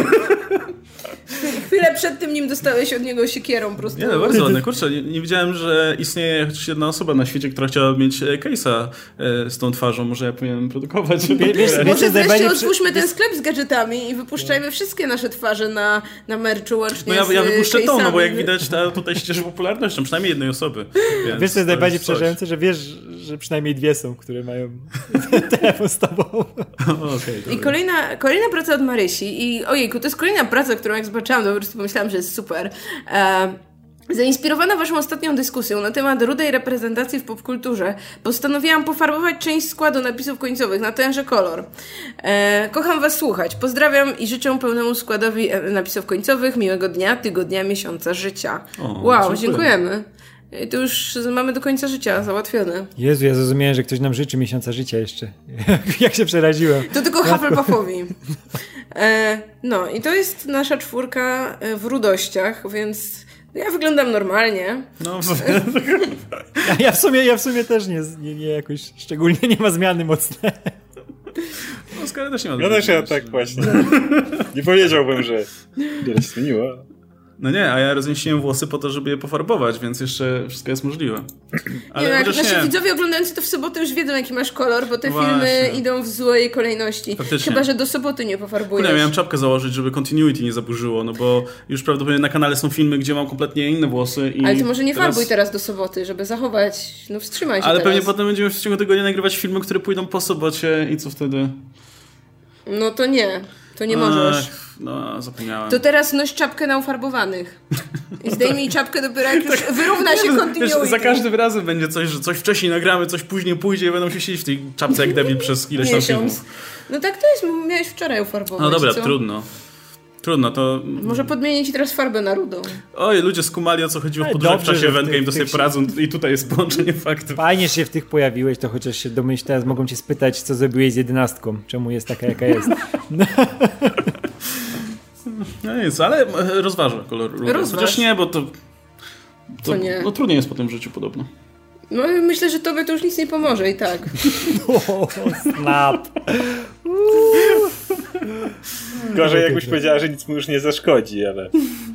Chwilę przed tym, nim dostałeś od niego siekierą po prostu. Nie, no bardzo ładne. Kurczę, nie wiedziałem, że istnieje chociaż jedna osoba na świecie, która chciała mieć case'a z tą twarzą. Może ja powinienem produkować. Może wreszcie otwórzmy ten sklep z gadżetami i wypuszczajmy wszystkie nasze twarze na merchu łącznie No ja wypuszczę case'ami. to, no bo jak widać tutaj się cieszy popularnością, przynajmniej jednej osoby. Więc wiesz, co jest najbardziej przerażające, że wiesz, że przynajmniej dwie są, które mają telefon z tobą. I kolejna praca od Marysi i ojejku, to jest kolejna praca, którą jak zobaczyłam, to po prostu pomyślałam, że jest super. Zainspirowana waszą ostatnią dyskusją na temat rudej reprezentacji w popkulturze, postanowiłam pofarbować część składu napisów końcowych na tenże kolor. Kocham was słuchać. Pozdrawiam i życzę pełnemu składowi napisów końcowych miłego dnia, tygodnia, miesiąca życia. Wow, dziękujemy. I to już mamy do końca życia załatwione. Jezu, ja zrozumiałem, że ktoś nam życzy miesiąca życia jeszcze. Jak się przeraziłem. To tylko Hufflepuffowi. No i to jest nasza czwórka w rudościach, więc ja wyglądam normalnie. No, ja w sumie też nie jakoś szczególnie nie ma zmiany mocnej. No, skoro też nie ma. Ja też tak właśnie. Nie powiedziałbym, że wiele się zmieniło. No nie, a ja rozniesiłem włosy po to, żeby je pofarbować, więc jeszcze wszystko jest możliwe. Ale nasi widzowie oglądający to w sobotę już wiedzą, jaki masz kolor, bo te filmy idą w złej kolejności. Faktycznie. Chyba że do soboty nie pofarbujesz. Ja miałem czapkę założyć, żeby continuity nie zaburzyło, no bo już prawdopodobnie na kanale są filmy, gdzie mam kompletnie inne włosy. Ale ty może nie farbuj teraz do soboty, żeby zachować, wstrzymaj się ale teraz. pewnie potem będziemy w ciągu tygodnia nagrywać filmy, które pójdą po sobocie i co wtedy? No to nie. To nie możesz. No, zapomniałem. To teraz noś czapkę na ufarbowanych. I zdejmij czapkę dopiero jak już wyrówna się continuity. Wiesz, za każdym razem będzie coś, że coś wcześniej nagramy, coś później pójdzie i będą się siedzieć w tej czapce jak debil przez ileś tam filmów. No tak to jest, miałeś wczoraj ufarbować. No dobra, co? Trudno, to... Może podmienię ci teraz farbę na rudą. Oj, ludzie skumali, o co chodziło w podróży w czasie w Endgame, to sobie poradzą i tutaj jest połączenie faktów. Fajnie, że się w tych pojawiłeś, to chociaż się domyśl, teraz mogą cię spytać, co zrobiłeś z 11, czemu jest taka, jaka jest. No nic, ale rozważę kolor rudy. Chociaż nie, bo to nie. No trudniej jest po tym życiu podobno. No myślę, że tobie to już nic nie pomoże i tak. Snap. Gorzej jakbyś powiedziała, że nic mu już nie zaszkodzi, ale...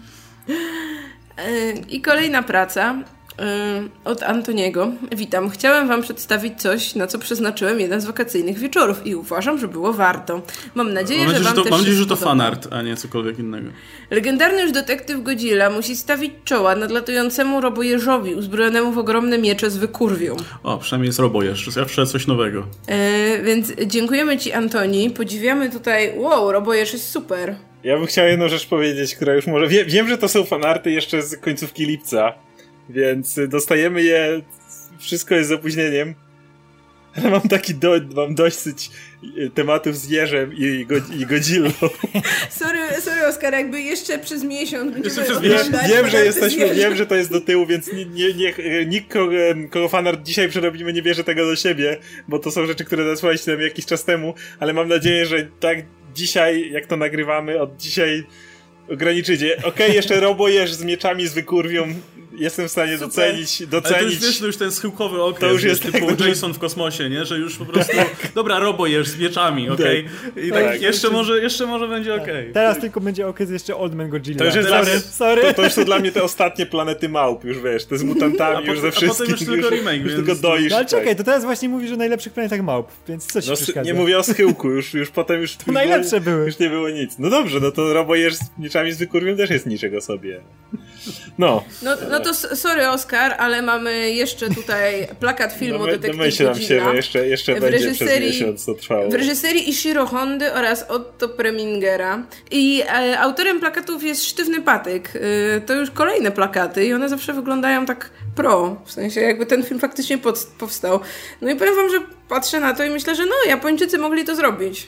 I kolejna praca od Antoniego. Witam. Chciałem wam przedstawić coś, na co przeznaczyłem jeden z wakacyjnych wieczorów i uważam, że było warto. Mam nadzieję, że wam też Mam nadzieję, że to spodoba. fanart, a nie cokolwiek innego. Legendarny już detektyw Godzilla musi stawić czoła nadlatującemu robojeżowi uzbrojonemu w ogromne miecze z wykurwią. O, przynajmniej jest robojeż. Zawsze coś nowego. Więc dziękujemy ci, Antoni. Podziwiamy tutaj... Wow, robojeż jest super. Ja bym chciał jedną rzecz powiedzieć, która już może... Wiem, że to są fanarty jeszcze z końcówki lipca, więc dostajemy je, wszystko jest z opóźnieniem. Ale mam mam dosyć tematów z Jerzem i Godzillą. Sorry, Oskar, jakby jeszcze przez miesiąc będziemy Wiem, że to jest do tyłu, więc nikt, kogo fanart dzisiaj przerobimy, nie bierze tego do siebie, bo to są rzeczy, które nasłaliście nam jakiś czas temu, ale mam nadzieję, że tak dzisiaj, jak to nagrywamy, od dzisiaj ograniczycie. Okej, jeszcze Robo-Jerz z mieczami z wykurwią jestem w stanie docenić. Ale to już wiesz, to już ten schyłkowy okres, to już jest typu tak, Jason w kosmosie, nie? Że już po prostu, dobra, Robo-Jerz z mieczami, okej? I tak, jeszcze może będzie okej. Teraz tylko będzie okres jeszcze Old Man Godzilla. To już jest sorry. To już są dla mnie te ostatnie planety małp, już wiesz, te z mutantami, już ze wszystkim. A potem już tylko remake, już tylko doisz. No ale czekaj, to teraz właśnie mówisz o najlepszych planetach małp, więc co ci przeszkadza? Nie mówię o schyłku, już potem już... To najlepsze były. Już nie było nic. No dobrze, no to Robo-Jerz z mieczami z wykurwią też jest niczego sobie. No to sorry, Oskar, ale mamy jeszcze tutaj plakat filmu Detektyw Domyślam Godzilla. się, jeszcze będzie przez miesiąc to trwało. W reżyserii Ishiro Hondy oraz Otto Premingera. I autorem plakatów jest Sztywny Patyk. To już kolejne plakaty i one zawsze wyglądają tak pro. W sensie jakby ten film faktycznie powstał. No i powiem wam, że patrzę na to i myślę, że Japończycy mogli to zrobić.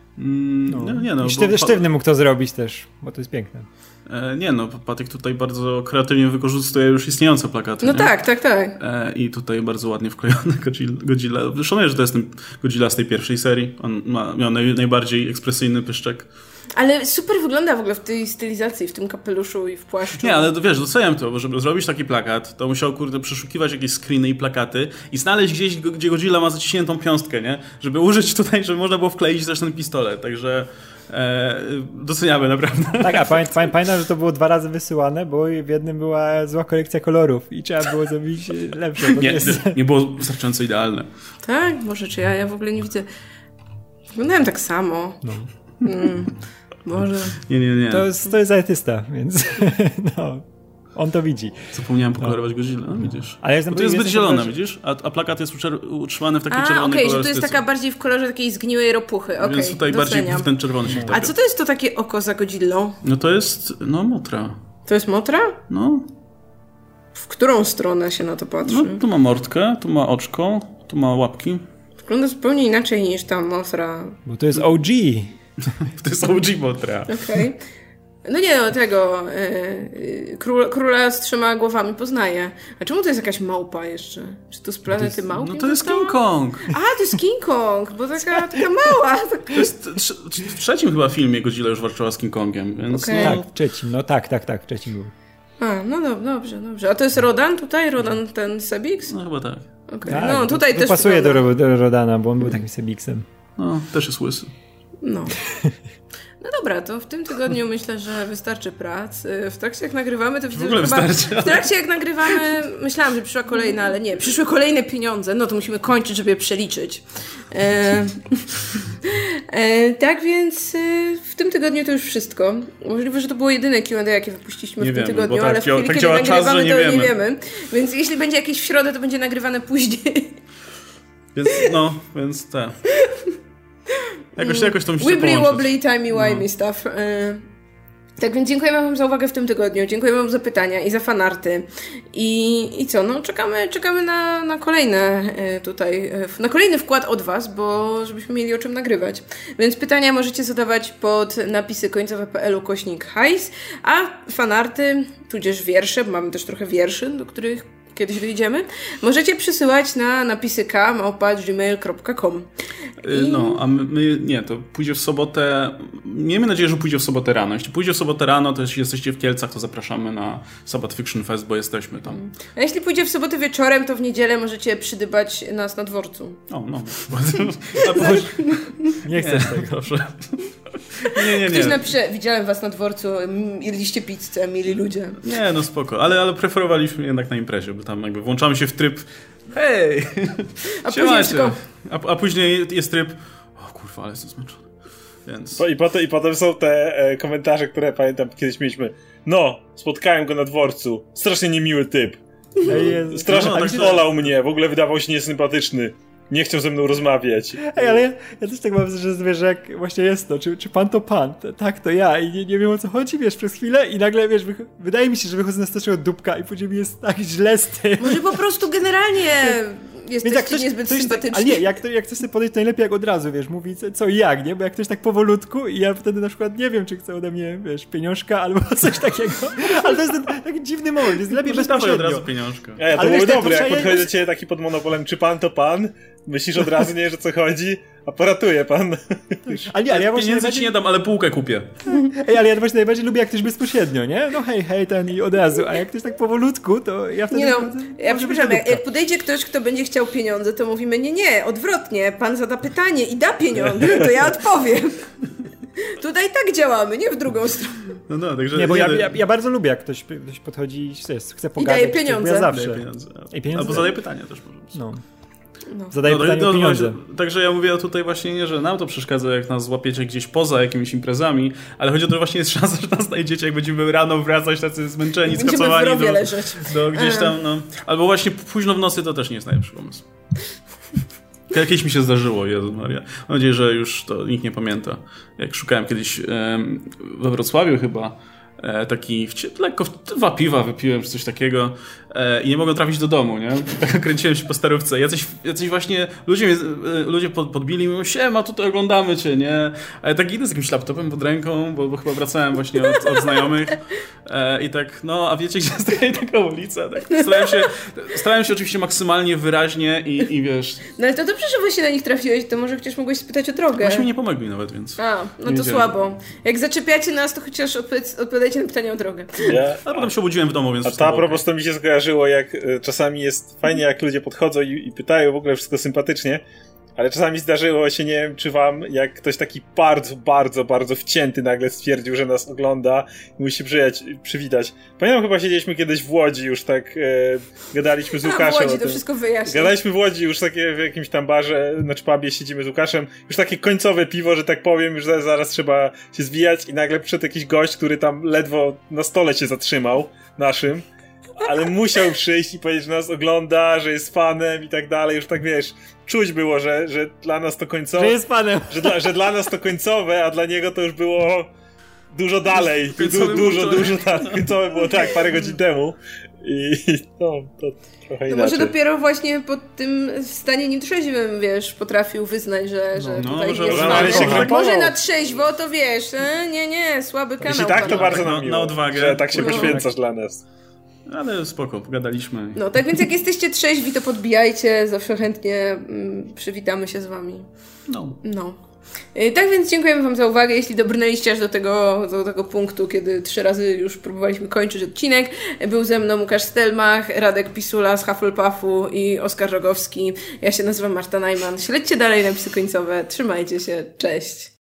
Sztywny mógł to zrobić też, bo to jest piękne. Patyk tutaj bardzo kreatywnie wykorzystuje już istniejące plakaty. No nie? Tak. I tutaj bardzo ładnie wklejony Godzilla. Szanuję, że to jest ten Godzilla z tej pierwszej serii. On miał najbardziej ekspresyjny pyszczek. Ale super wygląda w ogóle w tej stylizacji, w tym kapeluszu i w płaszczu. Nie, ale wiesz, doceniam to, bo żeby zrobić taki plakat, to musiał, przeszukiwać jakieś screeny i plakaty i znaleźć gdzieś, gdzie Godzilla ma zaciśniętą piąstkę, nie? Żeby użyć tutaj, żeby można było wkleić też ten pistolet, także doceniamy naprawdę. Tak, a pamiętam, że to było 2 razy wysyłane, bo w jednym była zła kolekcja kolorów i trzeba było zrobić lepsze. Nie było wystarczająco idealne. Tak? Może czy ja w ogóle nie widzę. Wyglądałem tak samo. No. Może. Nie. To jest artysta, więc on to widzi. Zapomniałem pokolorować Godzilla, widzisz. Ale to jest zbyt zielone, widzisz? A plakat jest utrzymany w takiej czerwonej kolorystyce. Okej, że to jest taka bardziej w kolorze takiej zgniłej ropuchy. Więc tutaj doceniam. bardziej w ten czerwony się A co to jest to takie oko za Godzillą? No to jest, motra. To jest motra? No. W którą stronę się na to patrzy? No, tu ma mordkę, tu ma oczko, tu ma łapki. Wygląda zupełnie inaczej niż ta motra. Bo to jest OG. To jest OG motra. Okej. No nie, tego króla z 3 głowami poznaję. A czemu to jest jakaś małpa jeszcze? Czy to z planety małp? No to jest King Kong. To jest King Kong, bo taka mała. To jest w trzecim chyba filmie Godzilla już walczyła z King Kongiem, więc okay. Tak, w trzecim, w trzecim był. Dobrze. A to jest Rodan tutaj? Rodan ten Sebix? No chyba tak. Okay. Tak, tutaj to też pasuje do Rodana, bo on był takim Sebixem. No, też jest łysy. No dobra, to w tym tygodniu myślę, że wystarczy prac. W trakcie jak nagrywamy, to w ogóle wystarczy. W trakcie jak nagrywamy, myślałam, że przyszła kolejna, ale nie, przyszły kolejne pieniądze, no to musimy kończyć, żeby je przeliczyć. Tak więc w tym tygodniu to już wszystko. Możliwe, że to było jedyne Q&A, jakie wypuściliśmy w tym tygodniu, ale w chwili, kiedy nagrywamy, to nie wiemy. Więc jeśli będzie jakieś w środę, to będzie nagrywane później. Więc tak. Jakoś to musi się Wibbly połączyć. wobbly, timey-wimey stuff. Tak więc dziękujemy wam za uwagę w tym tygodniu. Dziękujemy wam za pytania i za fanarty. I co? Czekamy na kolejne tutaj, na kolejny wkład od was, bo żebyśmy mieli o czym nagrywać. Więc pytania możecie zadawać pod napisy końcowe.pl/hajs, a fanarty, tudzież wiersze, bo mamy też trochę wierszy, do których kiedyś wyjdziemy, możecie przysyłać na napisy k@gmail.com. A my to pójdzie w sobotę. Miejmy nadzieję, że pójdzie w sobotę rano. Jeśli pójdzie w sobotę rano, to jeśli jesteście w Kielcach, to zapraszamy na Sabbath Fiction Fest, bo jesteśmy tam. A jeśli pójdzie w sobotę wieczorem, to w niedzielę możecie przydybać nas na dworcu. Nie chcesz tego. Proszę. Nie. Ktoś napisze, widziałem was na dworcu, jedliście pizzę, mili ludzie. Nie, spoko, ale preferowaliśmy jednak na imprezie, bo tam jakby włączamy się w tryb hej, a później jest tryb o kurwa, ale jestem zmęczony. Więc... I potem są te komentarze, które pamiętam kiedyś mieliśmy. Spotkałem go na dworcu, strasznie niemiły typ. Strasznie tak olał mnie, w ogóle wydawał się niesympatyczny. nie chciał ze mną rozmawiać. Ej, ale ja też tak mam, że wiesz, że jak właśnie jest to, czy pan to pan, tak to ja i nie wiem o co chodzi, wiesz, przez chwilę i nagle, wiesz, wydaje mi się, że wychodzę na starszego dupka i później mi jest tak źle z tym. Może po prostu generalnie jesteście niezbyt sympatyczni. Ale nie, jak chcesz sobie podejść, to najlepiej jak od razu, wiesz, mówić co i jak, nie? Bo jak ktoś tak powolutku i ja wtedy na przykład nie wiem, czy chce ode mnie, wiesz, pieniążka albo coś takiego. Ale to jest ten taki dziwny moment, jest lepiej bezpośrednio. od razu pieniążka. To ale było wiesz, dobre, jak ja podchodzi do ciebie taki pod monopolem, czy pan to pan? Myślisz od razu, nie, że co chodzi, a poratuje pan. Ale ja właśnie Pieniędzy ci nie dam, ale półkę kupię. Ej, ale ja właśnie najbardziej lubię, jak ktoś bezpośrednio, nie? No hej, ten i od razu, a jak ktoś tak powolutku, to ja wtedy... Nie no, ja przepraszam, jak podejdzie ktoś, kto będzie chciał pieniądze, to mówimy, nie, odwrotnie, pan zada pytanie i da pieniądze, to ja odpowiem. Tutaj tak działamy, nie w drugą stronę. No, także nie, bo ja bardzo lubię, jak ktoś podchodzi i chce pogadać. daje pieniądze. Ja zawsze. Daję pieniądze. I pieniądze. Albo zadaję pytania też może być. No. Zadaję pytanie o pieniądze. Także ja mówię tutaj właśnie nie, że nam to przeszkadza, jak nas złapiecie gdzieś poza jakimiś imprezami, ale chodzi o to, że właśnie jest szansa, że nas znajdziecie, jak będziemy rano wracać tacy zmęczeni, skacowani do gdzieś tam, no. Albo właśnie późno w nocy to też nie jest najlepszy pomysł. Jakieś mi się zdarzyło, Jezu Maria. Mam nadzieję, że już to nikt nie pamięta. Jak szukałem kiedyś we Wrocławiu chyba, taki lekko 2 piwa wypiłem, czy coś takiego i nie mogłem trafić do domu, nie? Tak kręciłem się po starówce. Jacyś właśnie ludzie podbili i mówią, siema, tutaj oglądamy cię, nie? A ja tak idę z jakimś laptopem pod ręką, bo chyba wracałem właśnie od znajomych i tak, no, a wiecie, gdzie jest taka ulica? Tak, starałem się oczywiście maksymalnie wyraźnie i wiesz... No ale to dobrze, że właśnie na nich trafiłeś, to może chociaż mogłeś spytać o drogę. Właśnie mi nie pomogli nawet, więc... No to słabo. Jak zaczepiacie nas, to chociaż odpowiadajcie na pytanie o drogę. Ale potem się obudziłem w domu, więc... A ta propos to mi się skojarzyło, jak czasami jest fajnie, jak ludzie podchodzą i pytają, w ogóle wszystko sympatycznie, ale czasami zdarzyło się, nie wiem czy wam, jak ktoś taki bardzo, bardzo, bardzo wcięty nagle stwierdził, że nas ogląda i musi przywitać. Pamiętam, chyba siedzieliśmy kiedyś w Łodzi, już tak gadaliśmy z Łukaszem. W Łodzi to wszystko wyjaśni. Gadaliśmy w Łodzi już takie w jakimś tam barze, znaczy pubie siedzimy z Łukaszem, już takie końcowe piwo, że tak powiem, już zaraz trzeba się zwijać i nagle przyszedł jakiś gość, który tam ledwo na stole się zatrzymał, naszym. Ale musiał przyjść i powiedzieć, że nas ogląda, że jest fanem i tak dalej. Już tak wiesz, czuć było, że dla nas to końcowe. Że jest fanem. Że dla nas to końcowe, a dla niego to już było dużo dalej. Dużo tak. Końcowe było tak, parę godzin temu. I no, to trochę inaczej. Może dopiero właśnie po tym stanie nietrzeźwym, wiesz, potrafił wyznać, że tutaj jest fanem. Może na trzeźwo to wiesz, nie, słaby kanał. Jeśli tak, to bardzo nam miło, na odwagę. że tak się poświęcasz dla nas. Ale spoko, pogadaliśmy. No, tak więc jak jesteście trzeźwi, to podbijajcie, zawsze chętnie przywitamy się z wami. No. Tak więc dziękujemy wam za uwagę, jeśli dobrnęliście aż do tego punktu, kiedy 3 razy już próbowaliśmy kończyć odcinek. Był ze mną Łukasz Stelmach, Radek Pisula z Hufflepuffu i Oskar Rogowski. Ja się nazywam Marta Najman. Śledźcie dalej napisy końcowe, trzymajcie się, cześć!